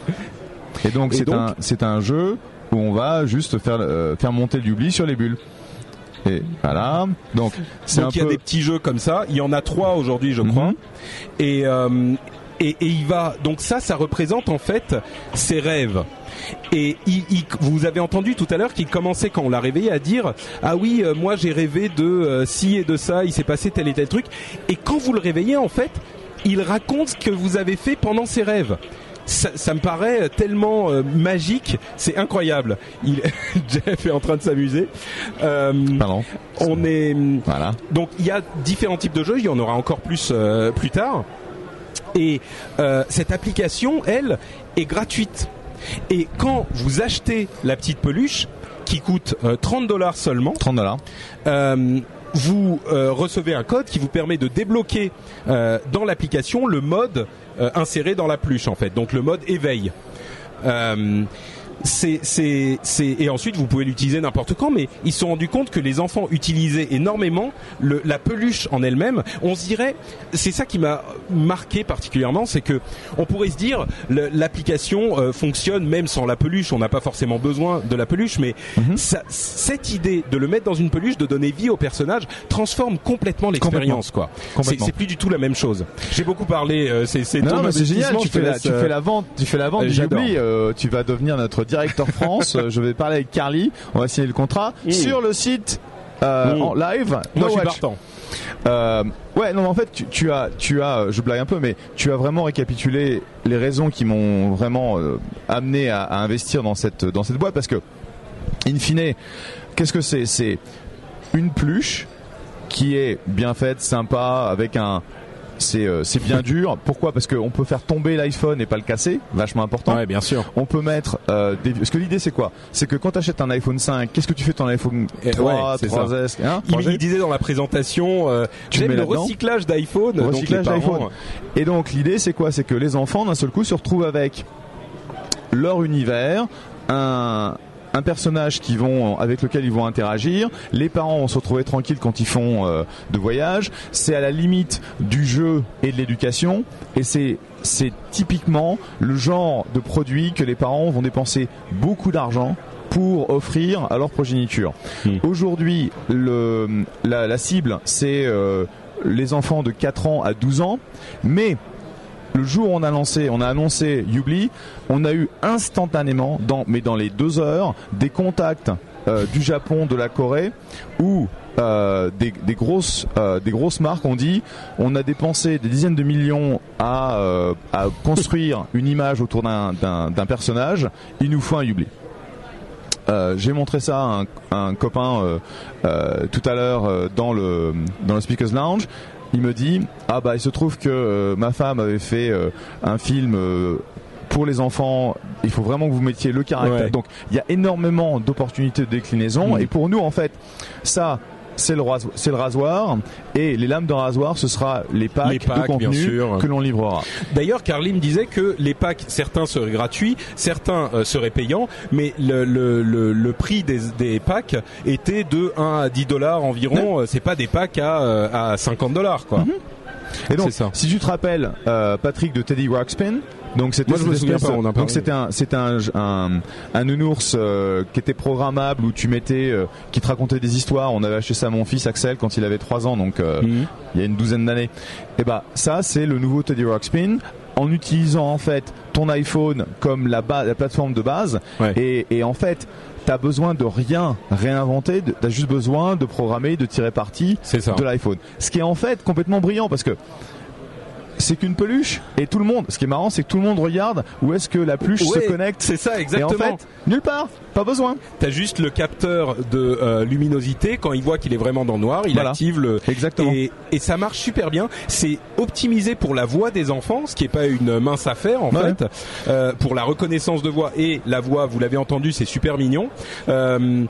Speaker 5: Et donc, Et c'est, donc un, c'est un jeu où on va juste faire, euh, faire monter le Youbli sur les bulles. Et voilà. Donc, c'est
Speaker 4: donc
Speaker 5: un
Speaker 4: il y a
Speaker 5: peu...
Speaker 4: des petits jeux comme ça. Il y en a trois aujourd'hui, je crois. Mm-hmm. Et, euh, et et il va. Donc ça, ça représente en fait ses rêves. Et il, il, vous avez entendu tout à l'heure qu'il commençait quand on l'a réveillé à dire ah oui euh, moi j'ai rêvé de euh, ci et de ça, il s'est passé tel et tel truc. Et quand vous le réveillez en fait, il raconte ce que vous avez fait pendant ses rêves. Ça, ça me paraît tellement euh, magique, c'est incroyable. Il, Jeff est en train de s'amuser. Euh,
Speaker 5: Pardon.
Speaker 4: On est.
Speaker 5: Voilà.
Speaker 4: Donc il y a différents types de jeux. Il y en aura encore plus euh, plus tard. Et euh, cette application, elle, est gratuite. Et quand vous achetez la petite peluche, qui coûte euh, trente dollars seulement,
Speaker 5: trente dollars.
Speaker 4: Euh, vous euh, recevez un code qui vous permet de débloquer euh, dans l'application le mode euh, inséré dans la peluche en fait, donc le mode éveil. Euh, c'est, c'est, c'est, et ensuite vous pouvez l'utiliser n'importe quand, mais ils se sont rendus compte que les enfants utilisaient énormément le, la peluche en elle-même. On se dirait, c'est ça qui m'a marqué particulièrement, c'est que on pourrait se dire le, l'application euh, fonctionne même sans la peluche, on n'a pas forcément besoin de la peluche, mais mm-hmm. ça, cette idée de le mettre dans une peluche, de donner vie au personnage, transforme complètement l'expérience, quoi.
Speaker 5: Complètement.
Speaker 4: C'est, c'est plus du tout la même chose. J'ai beaucoup parlé, euh, c'est, c'est,
Speaker 5: non, mais c'est génial. Tu fais, la,
Speaker 4: laisse,
Speaker 5: tu fais la vente, tu fais la vente
Speaker 4: euh,
Speaker 5: du Youbli. Euh, tu vas devenir notre directeur France. Je vais parler avec Carly. On va signer le contrat mmh. sur le site euh, mmh. en live.
Speaker 4: Moi,
Speaker 5: no
Speaker 4: je suis
Speaker 5: watch.
Speaker 4: partant.
Speaker 5: Euh, ouais, non, en fait, tu, tu as, tu as, je blague un peu, mais tu as vraiment récapitulé les raisons qui m'ont vraiment euh, amené à, à investir dans cette, dans cette boîte, parce que, in fine, qu'est-ce que c'est ? C'est une peluche qui est bien faite, sympa, avec un c'est euh, c'est bien dur. Pourquoi ? Parce qu'on peut faire tomber l'iPhone et pas le casser, vachement important.
Speaker 4: Ouais, bien sûr.
Speaker 5: On peut mettre euh, des... parce que l'idée c'est quoi ? C'est que quand tu achètes un iPhone cinq, qu'est-ce que tu fais de ton iPhone trois,
Speaker 4: ouais,
Speaker 5: trois S, hein,
Speaker 4: il, il disait dans la présentation euh,
Speaker 5: tu
Speaker 4: j'aime
Speaker 5: mets
Speaker 4: le
Speaker 5: là-dedans.
Speaker 4: recyclage d'iPhone,
Speaker 5: Le
Speaker 4: donc
Speaker 5: recyclage
Speaker 4: les parents,
Speaker 5: d'iPhone. Et donc l'idée c'est quoi ? C'est que les enfants d'un seul coup se retrouvent avec leur univers, un un personnage qui vont, avec lequel ils vont interagir. Les parents vont se retrouver tranquilles quand ils font euh, de voyage. C'est à la limite du jeu et de l'éducation. Et c'est, c'est typiquement le genre de produit que les parents vont dépenser beaucoup d'argent pour offrir à leur progéniture. Mmh. Aujourd'hui, le, la, la cible, c'est euh, les enfants de quatre ans à douze ans. Mais le jour où on a lancé, on a annoncé Youbli, on a eu instantanément, dans, mais dans les deux heures, des contacts euh, du Japon, de la Corée, où euh, des, des grosses, euh, des grosses marques ont dit, on a dépensé des dizaines de millions à, euh, à construire une image autour d'un, d'un, d'un personnage, il nous faut un Youbli. Euh, j'ai montré ça à un, à un copain euh, euh, tout à l'heure euh, dans le dans le Speakers Lounge. Il me dit ah bah il se trouve que euh, ma femme avait fait euh, un film euh, pour les enfants. Il faut vraiment que vous mettiez le caractère. Ouais. Donc il y a énormément d'opportunités de déclinaison. Mmh. Et pour nous en fait ça c'est le rasoir, c'est le rasoir et les lames de rasoir ce sera les packs, les packs de contenu que l'on livrera.
Speaker 4: D'ailleurs Carly me disait que les packs certains seraient gratuits, certains euh, seraient payants, mais le, le, le, le prix des, des packs était de un à dix dollars environ. Ouais. C'est pas des packs à, à cinquante dollars quoi.
Speaker 5: Mmh. Et donc si tu te rappelles euh, Patrick de Teddy Ruxpin, donc c'était
Speaker 4: Moi, je me souviens pas, on a
Speaker 5: donc c'était un c'était un un, un nounours euh, qui était programmable où tu mettais euh, qui te racontait des histoires. On avait acheté ça à mon fils Axel quand il avait trois ans, donc euh, mmh. il y a une douzaine d'années. Et bah ça c'est le nouveau Teddy Ruxpin en utilisant en fait ton iPhone comme la base, la plateforme de base. Ouais. Et, et en fait t'as besoin de rien réinventer, t'as juste besoin de programmer, de tirer parti de l'iPhone. Ce qui est en fait complètement brillant parce que c'est qu'une peluche et tout le monde, ce qui est marrant c'est que tout le monde regarde où est-ce que la peluche
Speaker 4: ouais,
Speaker 5: se connecte.
Speaker 4: C'est ça exactement.
Speaker 5: Et en fait, nulle part, pas besoin.
Speaker 4: T'as juste le capteur de euh, luminosité, quand il voit qu'il est vraiment dans le noir, il voilà. active le
Speaker 5: exactement.
Speaker 4: Et, et ça marche super bien. C'est optimisé pour la voix des enfants, ce qui est pas une mince affaire en ouais. fait, euh, pour la reconnaissance de voix et la voix, vous l'avez entendu, c'est super mignon. Euh,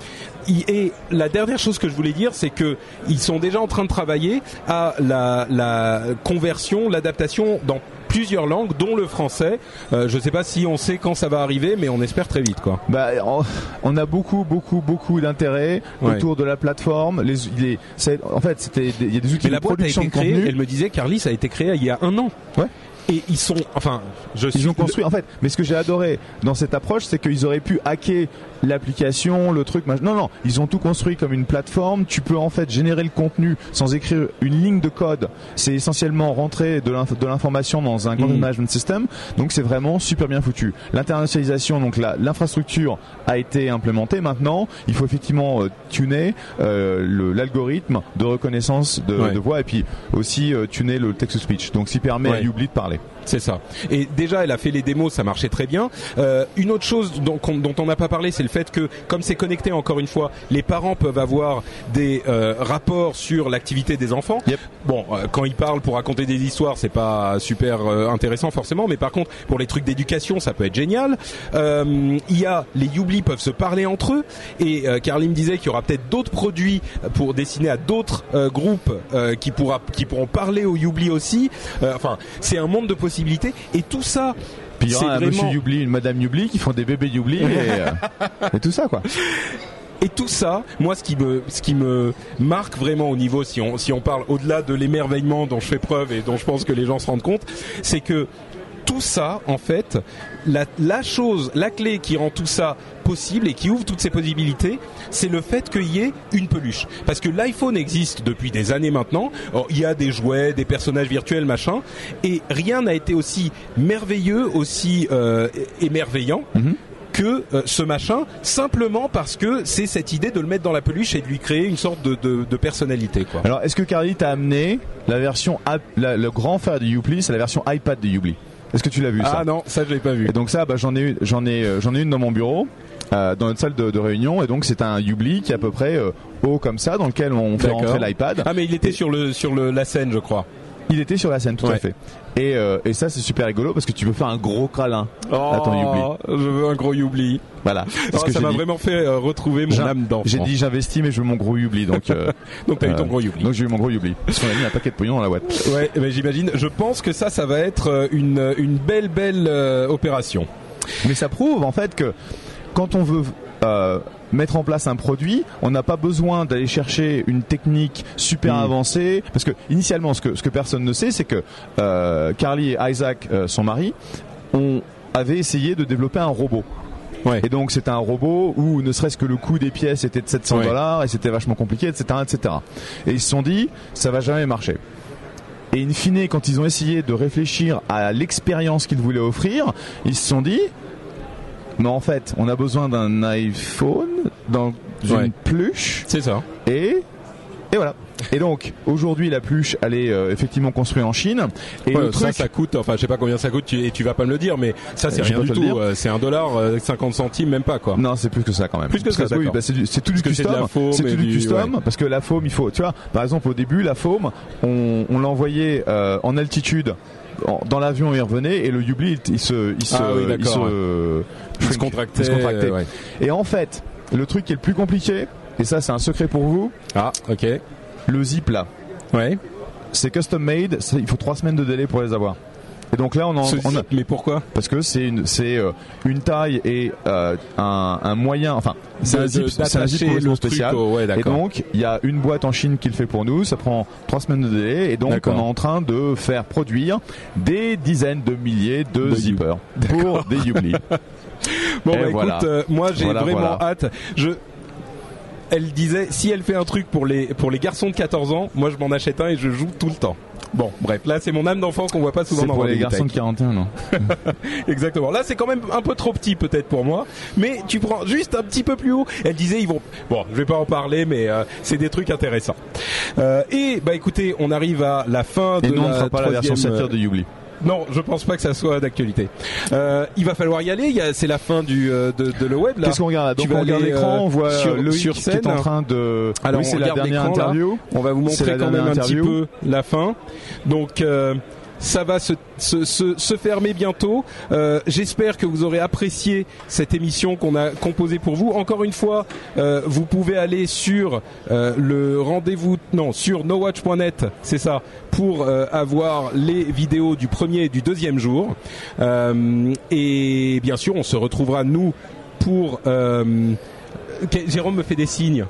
Speaker 4: Et la dernière chose que je voulais dire, c'est que ils sont déjà en train de travailler à la, la conversion, l'adaptation dans plusieurs langues, dont le français. Euh, je ne sais pas si on sait quand ça va arriver, mais on espère très vite, quoi.
Speaker 5: Bah, on a beaucoup, beaucoup, beaucoup d'intérêt ouais. autour de la plateforme. Les, les, c'est, en fait, c'était, il y a des outils
Speaker 4: mais
Speaker 5: de production
Speaker 4: de contenu.
Speaker 5: Créée,
Speaker 4: elle me disait, Carly, ça a été créé il y a un an.
Speaker 5: Ouais.
Speaker 4: Et ils sont, enfin, je
Speaker 5: ils
Speaker 4: suis
Speaker 5: ont construit, en fait. Mais ce que j'ai adoré dans cette approche, c'est qu'ils auraient pu hacker l'application, le truc. Non, non, ils ont tout construit comme une plateforme. Tu peux en fait générer le contenu sans écrire une ligne de code. C'est essentiellement rentrer de, l'inf- de l'information dans un content mmh. management system. Donc c'est vraiment super bien foutu. L'internationalisation, donc la, l'infrastructure a été implémentée. Maintenant, il faut effectivement euh, tuner euh, le, l'algorithme de reconnaissance de, ouais. de voix et puis aussi euh, tuner le text-to-speech. Donc, ce qui permet ouais. à Youbli de parler.
Speaker 4: C'est ça. Et déjà, elle a fait les démos, ça marchait très bien. Euh, une autre chose dont, dont on n'a pas parlé, c'est le fait que, comme c'est connecté, encore une fois, les parents peuvent avoir des euh, rapports sur l'activité des enfants.
Speaker 5: Yep.
Speaker 4: Bon, euh, quand ils parlent pour raconter des histoires, c'est pas super euh, intéressant forcément, mais par contre, pour les trucs d'éducation, ça peut être génial. Euh, il y a les Youbli peuvent se parler entre eux, et euh, Carly me disait qu'il y aura peut-être d'autres produits pour destiner à d'autres euh, groupes euh, qui pourra, qui pourront parler aux Youbli aussi. Euh, enfin, c'est un monde de possibilités. Et tout ça,
Speaker 5: puis il y aura
Speaker 4: c'est
Speaker 5: un
Speaker 4: vraiment...
Speaker 5: monsieur Youbli, une madame Youbli qui font des bébés Youbli et, euh, et tout ça quoi.
Speaker 4: Et tout ça, moi, ce qui me, ce qui me marque vraiment au niveau, si on, si on parle au-delà de l'émerveillement dont je fais preuve et dont je pense que les gens se rendent compte, c'est que tout ça, en fait, la, la chose, la clé qui rend tout ça possible et qui ouvre toutes ces possibilités, c'est le fait qu'il y ait une peluche. Parce que l'iPhone existe depuis des années maintenant. Alors, il y a des jouets, des personnages virtuels, machin, et rien n'a été aussi merveilleux, aussi euh, émerveillant. Mm-hmm. que euh, ce machin, simplement parce que c'est cette idée de le mettre dans la peluche et de lui créer une sorte de, de, de personnalité, quoi.
Speaker 5: Alors, est-ce que Carly t'a amené la version, la, le grand frère de Youbli, c'est la version iPad de Youbli? Est-ce que tu l'as vu ça?
Speaker 4: Ah non, ça je l'ai pas vu.
Speaker 5: Et donc ça, bah, j'en ai une, j'en ai, euh, j'en ai une dans mon bureau. euh, dans notre salle de, de réunion, et donc c'est un Youbli qui est à peu près euh, haut comme ça, dans lequel on fait
Speaker 4: D'accord.
Speaker 5: rentrer l'iPad.
Speaker 4: Ah mais il était
Speaker 5: et...
Speaker 4: sur le sur le la scène, je crois.
Speaker 5: Il était sur la scène, tout
Speaker 4: ouais.
Speaker 5: à fait. Et, euh, et ça, c'est super rigolo parce que tu peux faire un gros câlin
Speaker 4: oh,
Speaker 5: à ton Youbli.
Speaker 4: Je veux un gros Youbli.
Speaker 5: Voilà.
Speaker 4: Oh,
Speaker 5: que
Speaker 4: ça m'a dit. vraiment fait euh, retrouver mon âme d'enfant.
Speaker 5: J'ai dit j'investis, mais je veux mon gros Youbli. Donc, euh,
Speaker 4: donc t'as
Speaker 5: euh,
Speaker 4: eu ton gros Youbli.
Speaker 5: Donc j'ai eu mon gros Youbli. Parce qu'on a mis un paquet de pognon dans la boîte.
Speaker 4: Ouais, mais j'imagine. Je pense que ça, ça va être une une belle belle euh, opération.
Speaker 5: Mais ça prouve en fait que quand on veut euh, mettre en place un produit, on n'a pas besoin d'aller chercher une technique super mmh. avancée, parce que initialement, ce que ce que personne ne sait, c'est que euh, Carly et Isaac, euh, son mari, ont avait essayé de développer un robot. Ouais. Et donc c'était un robot où ne serait-ce que le coût des pièces était de sept cents dollars ouais. et c'était vachement compliqué, et cetera, et cetera. Et ils se sont dit, ça va jamais marcher. Et in fine, quand ils ont essayé de réfléchir à l'expérience qu'ils voulaient offrir, ils se sont dit, mais en fait, on a besoin d'un iPhone dans une ouais. pluche.
Speaker 4: C'est ça.
Speaker 5: Et et voilà. Et donc aujourd'hui la pluche elle est euh, effectivement construite en Chine et
Speaker 4: ouais,
Speaker 5: le
Speaker 4: ça
Speaker 5: truc...
Speaker 4: ça coûte, enfin je sais pas combien ça coûte tu, et tu vas pas me le dire, mais ça c'est
Speaker 5: euh,
Speaker 4: rien du tout, euh, c'est un dollar euh, cinquante centimes même pas quoi.
Speaker 5: Non, c'est plus que ça quand même.
Speaker 4: Plus que ça,
Speaker 5: oui, bah, c'est, du, c'est tout du
Speaker 4: parce
Speaker 5: custom.
Speaker 4: C'est,
Speaker 5: c'est tout du,
Speaker 4: du
Speaker 5: custom
Speaker 4: ouais.
Speaker 5: parce que la foam il faut, tu vois, par exemple au début la foam on, on l'envoyait euh, en altitude. Dans l'avion il revenait et le Youbli il, il se il se
Speaker 4: ah oui,
Speaker 5: il se,
Speaker 4: ouais. il se contractait,
Speaker 5: il se contractait.
Speaker 4: Euh, ouais.
Speaker 5: Et en fait le truc qui est le plus compliqué, et ça c'est un secret pour vous,
Speaker 4: ah ok,
Speaker 5: le zip là,
Speaker 4: ouais,
Speaker 5: c'est custom made, c'est, il faut trois semaines de délai pour les avoir. Et donc là on en, on a,
Speaker 4: mais pourquoi?
Speaker 5: Parce que c'est une c'est euh, une taille et euh, un, un moyen, enfin c'est
Speaker 4: de,
Speaker 5: un zip,
Speaker 4: de,
Speaker 5: c'est un zip complètement spécial.
Speaker 4: Au, ouais,
Speaker 5: et donc il y a une boîte en Chine qui le fait pour nous, ça prend trois semaines de délai et donc d'accord. on est en train de faire produire des dizaines de milliers de, de zippers pour des Youbli.
Speaker 4: Bon bah
Speaker 5: voilà.
Speaker 4: écoute, euh, moi j'ai
Speaker 5: voilà,
Speaker 4: vraiment
Speaker 5: voilà.
Speaker 4: hâte. Je Elle disait si elle fait un truc pour les pour les garçons de quatorze ans, moi je m'en achète un et je joue tout le temps. Bon, bref, là c'est mon âme d'enfant qu'on voit pas souvent
Speaker 5: c'est
Speaker 4: dans
Speaker 5: pour les
Speaker 4: garçons
Speaker 5: de quarante et un, non?
Speaker 4: Exactement. Là c'est quand même un peu trop petit peut-être pour moi, mais tu prends juste un petit peu plus haut. Elle disait ils vont. Bon, je vais pas en parler, mais euh, c'est des trucs intéressants. Euh, et bah écoutez, on arrive à la fin
Speaker 5: et
Speaker 4: de
Speaker 5: nous,
Speaker 4: la
Speaker 5: on ne fera pas la version Saphir de Youbli.
Speaker 4: Non, je pense pas que ça soit d'actualité. Euh, il va falloir y aller. Il y a, c'est la fin du euh, de, de le web là.
Speaker 5: Qu'est-ce qu'on regarde là? Donc on regarde l'écran,
Speaker 4: euh,
Speaker 5: on voit
Speaker 4: sur,
Speaker 5: Loïc
Speaker 4: sur scène.
Speaker 5: qui est en train de.
Speaker 4: Alors
Speaker 5: oui, c'est
Speaker 4: on
Speaker 5: la dernière interview.
Speaker 4: Là. On va vous montrer quand même un interview. petit peu la fin. Donc euh, ça va se, se, se, se fermer bientôt. Euh, j'espère que vous aurez apprécié cette émission qu'on a composée pour vous. Encore une fois, euh, vous pouvez aller sur euh, le rendez-vous, non, sur nowatch point net, c'est ça, pour euh, avoir les vidéos du premier et du deuxième jour. Euh, et bien sûr, on se retrouvera nous pour. Euh, Jérôme me fait des signes.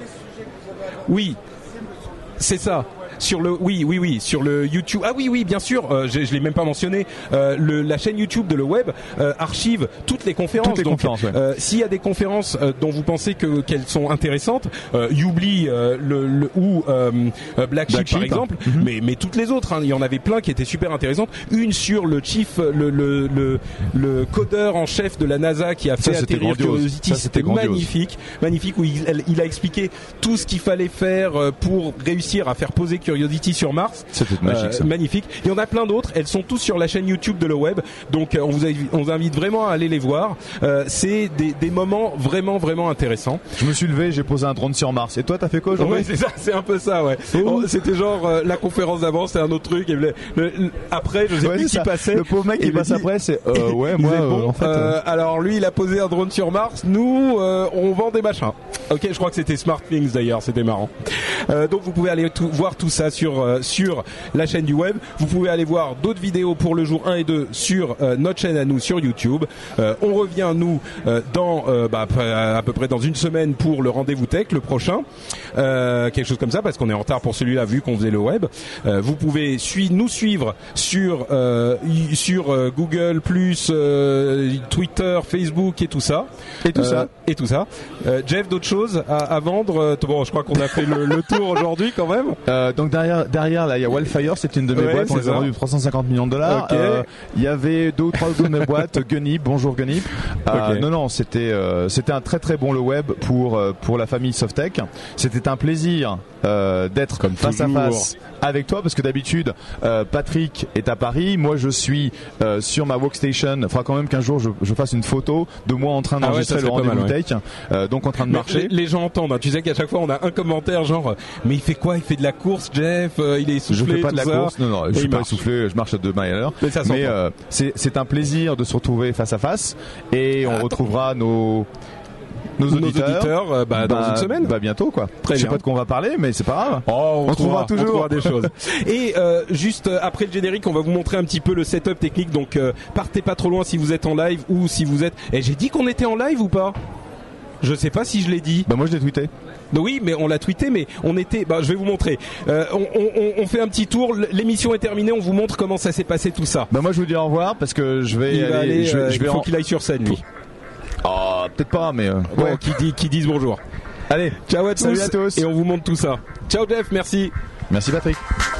Speaker 4: Oui, c'est ça. Sur le oui oui oui sur le YouTube, ah oui oui bien sûr, euh, je, je l'ai même pas mentionné, euh, le, la chaîne YouTube de le web euh, archive toutes les conférences.
Speaker 5: Toutes les
Speaker 4: donc
Speaker 5: conférences, ouais.
Speaker 4: euh, s'il y a des conférences euh, dont vous pensez que qu'elles sont intéressantes, euh, Youbli euh, le, le ou euh, Black, Black Sheep par exemple, mm-hmm. mais mais toutes les autres, hein, il y en avait plein qui étaient super intéressantes. Une sur le chief, le le le, le codeur en chef de la NASA qui a fait
Speaker 5: ça,
Speaker 4: atterrir Curiosity,
Speaker 5: ça, c'était,
Speaker 4: c'était magnifique, magnifique où il, il a expliqué tout ce qu'il fallait faire pour réussir à faire poser Curiosity sur Mars.
Speaker 5: C'était magique,
Speaker 4: euh,
Speaker 5: ça.
Speaker 4: Magnifique. Il y en a plein d'autres. Elles sont tous sur la chaîne YouTube de le web. Donc euh, on vous, invi- on vous invite vraiment à aller les voir. Euh, c'est des, des moments vraiment vraiment intéressants.
Speaker 5: Je me suis levé, j'ai posé un drone sur Mars. Et toi, t'as fait quoi aujourd'hui?
Speaker 4: Ouais, c'est ça. C'est un peu ça, ouais. Oh. C'était genre euh, la conférence d'avant, c'est un autre truc. Et le, le, le, après, je sais
Speaker 5: ouais,
Speaker 4: plus qui
Speaker 5: ça.
Speaker 4: passait.
Speaker 5: Le pauvre mec qui passe dit, après, c'est euh, ouais, moi.
Speaker 4: Disait, bon,
Speaker 5: euh, en fait,
Speaker 4: euh,
Speaker 5: euh...
Speaker 4: alors lui, il a posé un drone sur Mars. Nous, euh, on vend des machins. Ok, je crois que c'était SmartThings d'ailleurs. C'était marrant. Euh, donc vous pouvez aller tout, voir tout ça sur euh, sur la chaîne du web. Vous pouvez aller voir d'autres vidéos pour le jour un et deux sur euh, notre chaîne à nous sur YouTube. Euh, on revient nous euh, dans euh, bah, à peu près dans une semaine pour le rendez-vous tech, le prochain, euh, quelque chose comme ça parce qu'on est en retard pour celui-là vu qu'on faisait le web. Euh, vous pouvez sui- nous suivre sur euh, y- sur euh, Google plus euh, Twitter, Facebook et tout ça
Speaker 5: et tout
Speaker 4: euh,
Speaker 5: ça
Speaker 4: et tout ça. Euh, Jeff, d'autres choses choses à, à vendre? Bon, je crois qu'on a fait le, le tour aujourd'hui quand même.
Speaker 5: Euh, donc derrière, derrière là, il y a Wildfire, c'est une de mes
Speaker 4: ouais,
Speaker 5: boîtes, on les a vendues trois cent cinquante millions de dollars.
Speaker 4: Okay.
Speaker 5: Euh, il y avait deux ou trois autres de mes boîtes, Gunip, bonjour Gunip. Euh, okay. Non, non, c'était euh, c'était un très très bon le web pour euh, pour la famille Softech. C'était un plaisir euh, d'être comme face toujours. à face avec toi, parce que d'habitude euh, Patrick est à Paris, moi je suis euh, sur ma workstation. Il faudra quand même qu'un jour je, je fasse une photo de moi en train d'enregistrer ah ouais, le rendez-vous ouais. tech, euh, donc en train de
Speaker 4: mais
Speaker 5: marcher.
Speaker 4: Les, les gens entendent, hein. Tu sais qu'à chaque fois on a un commentaire genre mais il fait quoi? Il fait de la course, Jeff, euh, il est essoufflé.
Speaker 5: Je fais pas
Speaker 4: tout
Speaker 5: de la
Speaker 4: ça.
Speaker 5: course, non non, je suis pas essoufflé, je marche à deux miles à l'heure.
Speaker 4: Mais, ça
Speaker 5: mais euh, c'est c'est un plaisir de se retrouver face à face et on Attends. retrouvera nos Nos auditeurs,
Speaker 4: Nos auditeurs euh, bah,
Speaker 5: bah,
Speaker 4: dans une semaine.
Speaker 5: Bah bientôt quoi.
Speaker 4: Très
Speaker 5: Je sais
Speaker 4: bien.
Speaker 5: pas de quoi on va parler, mais c'est pas grave.
Speaker 4: Oh, on,
Speaker 5: on trouvera, trouvera toujours
Speaker 4: on trouvera des choses. Et euh, juste après le générique, on va vous montrer un petit peu le setup technique. Donc euh, partez pas trop loin si vous êtes en live ou si vous êtes. Et j'ai dit qu'on était en live ou pas? Je sais pas si je l'ai dit.
Speaker 5: Bah moi je l'ai tweeté.
Speaker 4: Donc oui, mais on l'a tweeté, mais on était. Bah je vais vous montrer. Euh, on, on, on fait un petit tour. L'émission est terminée. On vous montre comment ça s'est passé tout ça.
Speaker 5: Bah moi je vous dis au revoir parce que je vais.
Speaker 4: Il
Speaker 5: aller,
Speaker 4: va aller.
Speaker 5: Je,
Speaker 4: euh,
Speaker 5: je vais
Speaker 4: il faut
Speaker 5: en...
Speaker 4: qu'il aille sur scène lui.
Speaker 5: Oh, peut-être pas, mais. Euh...
Speaker 4: Bon,
Speaker 5: ouais.
Speaker 4: qui dit, qui disent bonjour.
Speaker 5: Allez,
Speaker 4: ciao à tous.
Speaker 5: Salut à tous.
Speaker 4: Et on vous montre tout ça. Ciao Jeff, merci.
Speaker 5: Merci Patrick.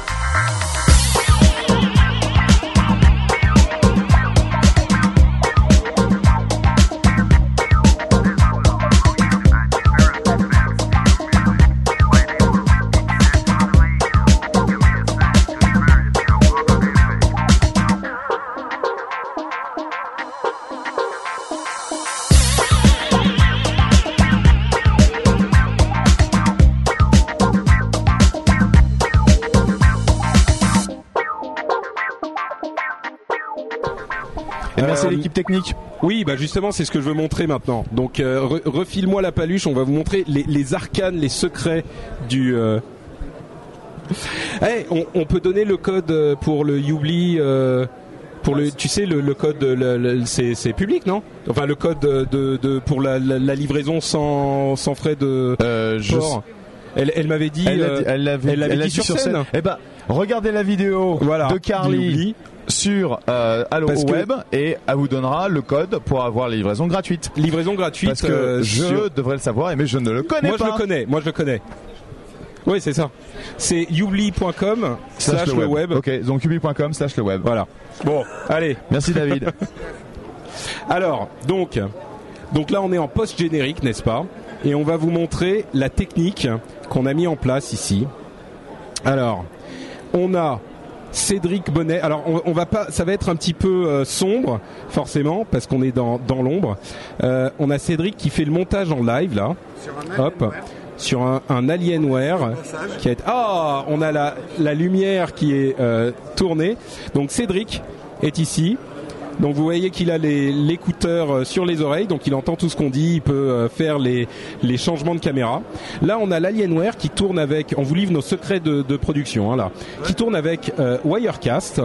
Speaker 5: Et merci euh, à l'équipe technique.
Speaker 4: Oui, bah justement, c'est ce que je veux montrer maintenant. Donc, euh, re- refile-moi la paluche. On va vous montrer les, les arcanes, les secrets du. Euh... Hey, on, on peut donner le code pour le Youbli. Euh... Pour le, tu sais, le, le code, le, le, c'est, c'est public, non? Enfin, le code de, de, de pour la, la, la livraison sans, sans frais de
Speaker 5: euh,
Speaker 4: port. Je... Elle, elle m'avait dit.
Speaker 5: Elle,
Speaker 4: euh,
Speaker 5: dit, elle l'avait,
Speaker 4: elle l'avait
Speaker 5: elle
Speaker 4: dit sur, sur scène. scène.
Speaker 5: Eh ben, regardez la vidéo
Speaker 4: voilà,
Speaker 5: de Carly sur euh, Allo
Speaker 4: parce
Speaker 5: Web
Speaker 4: que...
Speaker 5: et elle vous donnera le code pour avoir la livraison gratuite.
Speaker 4: Livraison gratuite.
Speaker 5: Parce que
Speaker 4: euh,
Speaker 5: je
Speaker 4: sur...
Speaker 5: devrais le savoir, mais je ne le connais
Speaker 4: moi,
Speaker 5: pas.
Speaker 4: Moi, je le connais. Moi, je le connais. Oui, c'est ça. C'est youbli point com slash le web.
Speaker 5: Ok, donc youbli point com slash le web.
Speaker 4: Voilà. Bon, allez.
Speaker 5: Merci David.
Speaker 4: Alors, donc, donc là, on est en post-générique, n'est-ce pas? Et on va vous montrer la technique qu'on a mis en place ici. Alors, on a Cédric Bonnet. Alors, on, on va pas, ça va être un petit peu euh, sombre, forcément, parce qu'on est dans dans l'ombre. Euh, on a Cédric qui fait le montage en live là.
Speaker 10: Sur un
Speaker 4: Hop. Sur un, un Alienware qui est ah on a la la lumière qui est euh, tournée. Donc Cédric est ici. Donc vous voyez qu'il a les l'écouteur sur les oreilles, donc il entend tout ce qu'on dit, il peut euh, faire les les changements de caméra. Là on a l'Alienware qui tourne avec, on vous livre nos secrets de, de production hein, là, qui tourne avec euh, Wirecast.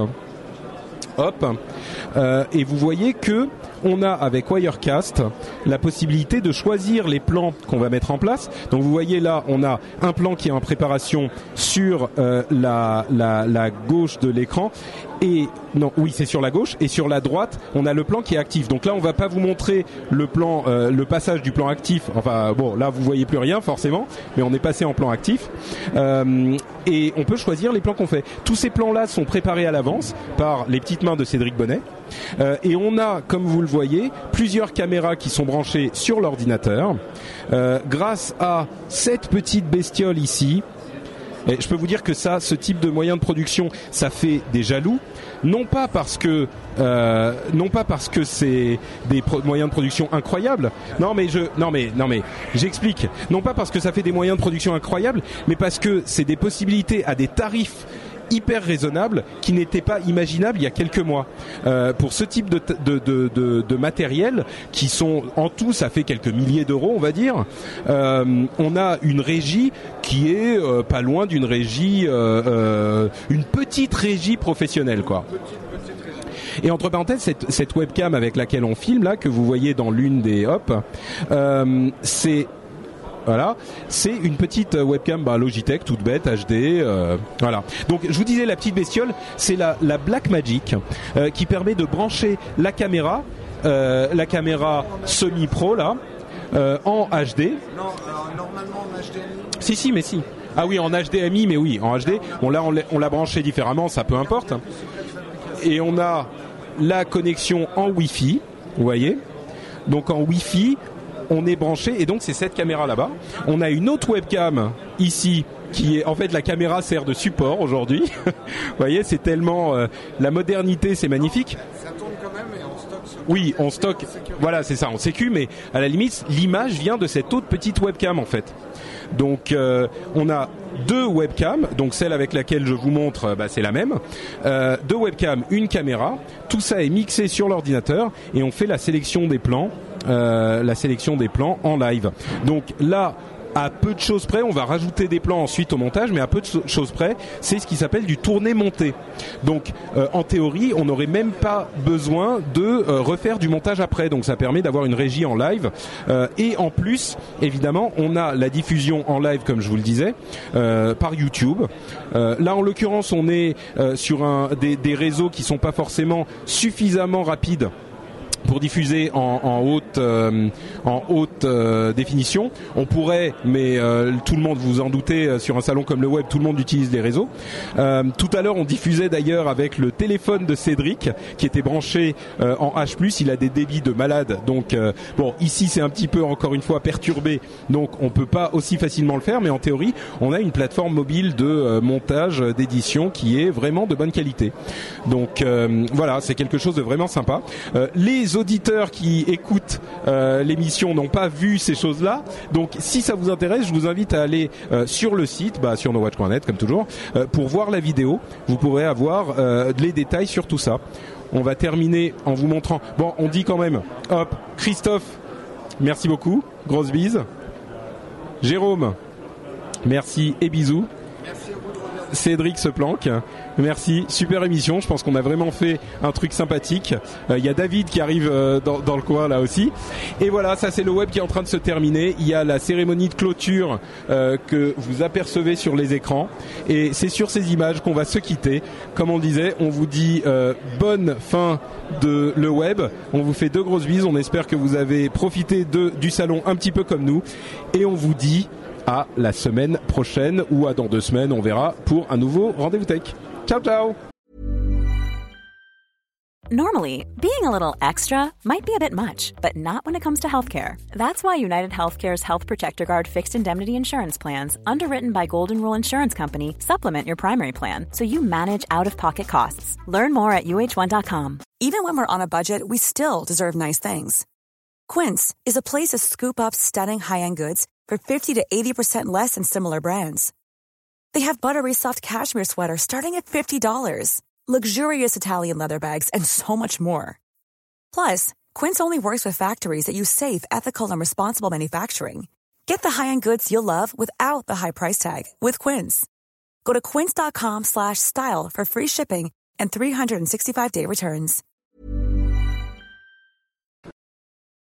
Speaker 4: Hop. Euh, et vous voyez que on a avec Wirecast la possibilité de choisir les plans qu'on va mettre en place. Donc vous voyez là, on a un plan qui est en préparation sur euh, la, la, la gauche de l'écran. Et non, oui, c'est sur la gauche. Et sur la droite, on a le plan qui est actif. Donc là, on va pas vous montrer le plan, euh, le passage du plan actif. Enfin bon, là vous voyez plus rien forcément, mais on est passé en plan actif. Euh, et on peut choisir les plans qu'on fait. Tous ces plans-là sont préparés à l'avance par les petites mains de Cédric Bonnet. Euh, et on a, comme vous le voyez, plusieurs caméras qui sont branchées sur l'ordinateur. Euh, grâce à cette petite bestiole ici, et je peux vous dire que ça, ce type de moyen de production, ça fait des jaloux. Non pas parce que, euh, non pas parce que c'est des pro- moyens de production incroyables. Non mais je, non mais, non mais, j'explique. Non pas parce que ça fait des moyens de production incroyables, mais parce que c'est des possibilités à des tarifs hyper raisonnable qui n'était pas imaginable il y a quelques mois euh, pour ce type de, de, de, de, de matériel qui sont en tout ça fait quelques milliers d'euros on va dire. Euh, on a une régie qui est euh, pas loin d'une régie euh, euh, une petite régie professionnelle quoi. Et entre parenthèses, cette, cette webcam avec laquelle on filme là que vous voyez dans l'une des hop, euh, c'est Voilà, c'est une petite webcam bah, Logitech toute bête H D. Euh, voilà. Donc je vous disais la petite bestiole, c'est la, la Blackmagic euh, qui permet de brancher la caméra, euh, la caméra semi-pro là. euh, en H D.
Speaker 10: Non, alors, normalement en H D M I.
Speaker 4: Si, si, mais si. Ah oui, en H D M I, mais oui, en H D. On l'a, on l'a, on l'a branché différemment, ça peu importe. Et on a la connexion en Wi-Fi, vous voyez. Donc en Wi-Fi, on est branché, et donc c'est cette caméra là-bas. On a une autre webcam ici, qui est en fait la caméra sert de support aujourd'hui. Vous voyez, c'est tellement euh, la modernité, c'est magnifique.
Speaker 10: Ça tourne quand même et on stocke. Ce
Speaker 4: oui, on stocke. Voilà, c'est ça, on sécu, mais à la limite, l'image vient de cette autre petite webcam en fait. Donc euh, on a deux webcams, donc celle avec laquelle je vous montre, bah, c'est la même. Euh, deux webcams, une caméra. Tout ça est mixé sur l'ordinateur et on fait la sélection des plans, euh, la sélection des plans en live. Donc là, à peu de choses près, on va rajouter des plans ensuite au montage, mais à peu de choses près, c'est ce qui s'appelle du tourné-monté. Donc, euh, en théorie, on n'aurait même pas besoin de euh, refaire du montage après. Donc, ça permet d'avoir une régie en live. Euh, et en plus, évidemment, on a la diffusion en live, comme je vous le disais, euh, par YouTube. Euh, là, en l'occurrence, on est euh, sur un, des, des réseaux qui sont pas forcément suffisamment rapides pour diffuser en, en haute, euh, en haute euh, définition. On pourrait, mais euh, tout le monde, vous en doutez, sur un salon comme le web, tout le monde utilise les réseaux. Euh, tout à l'heure, on diffusait d'ailleurs avec le téléphone de Cédric, qui était branché euh, en H plus. Il a des débits de malade, donc euh, bon, ici c'est un petit peu encore une fois perturbé, donc on peut pas aussi facilement le faire. Mais en théorie, on a une plateforme mobile de euh, montage, d'édition qui est vraiment de bonne qualité. Donc euh, voilà, c'est quelque chose de vraiment sympa. Euh, les auditeurs qui écoutent euh, l'émission n'ont pas vu ces choses-là, donc si ça vous intéresse, je vous invite à aller euh, sur le site, bah, sur nowatch point net comme toujours, euh, pour voir la vidéo. Vous pourrez avoir euh, les détails sur tout ça. On va terminer en vous montrant. Bon, on dit quand même, hop, Christophe, merci beaucoup, grosse bise. Jérôme, merci et bisous. Cédric se planque. Merci, super émission. Je pense qu'on a vraiment fait un truc sympathique. Il euh, y a David qui arrive euh, dans, dans le coin là aussi. Et voilà, ça c'est le web qui est en train de se terminer. Il y a la cérémonie de clôture euh, que vous apercevez sur les écrans. Et c'est sur ces images qu'on va se quitter. Comme on le disait, on vous dit euh, bonne fin de le web. On vous fait deux grosses bises. On espère que vous avez profité de, du salon un petit peu comme nous. Et on vous dit à la semaine prochaine ou à dans deux semaines, on verra, pour un nouveau Rendez-vous Tech. Ciao, ciao!
Speaker 11: Normally, being a little extra might be a bit much, but not when it comes to healthcare. That's why United Healthcare's Health Protector Guard fixed indemnity insurance plans, underwritten by Golden Rule Insurance Company, supplement your primary plan so you manage out-of-pocket costs. Learn more at U H one dot com.
Speaker 12: Even when we're on a budget, we still deserve nice things. Quince is a place to scoop up stunning high-end goods for fifty to eighty percent less than similar brands. They have buttery soft cashmere sweaters starting at fifty dollars, luxurious Italian leather bags, and so much more. Plus, Quince only works with factories that use safe, ethical, and responsible manufacturing. Get the high-end goods you'll love without the high price tag with Quince. Go to quince dot com slash style for free shipping and three sixty-five day returns.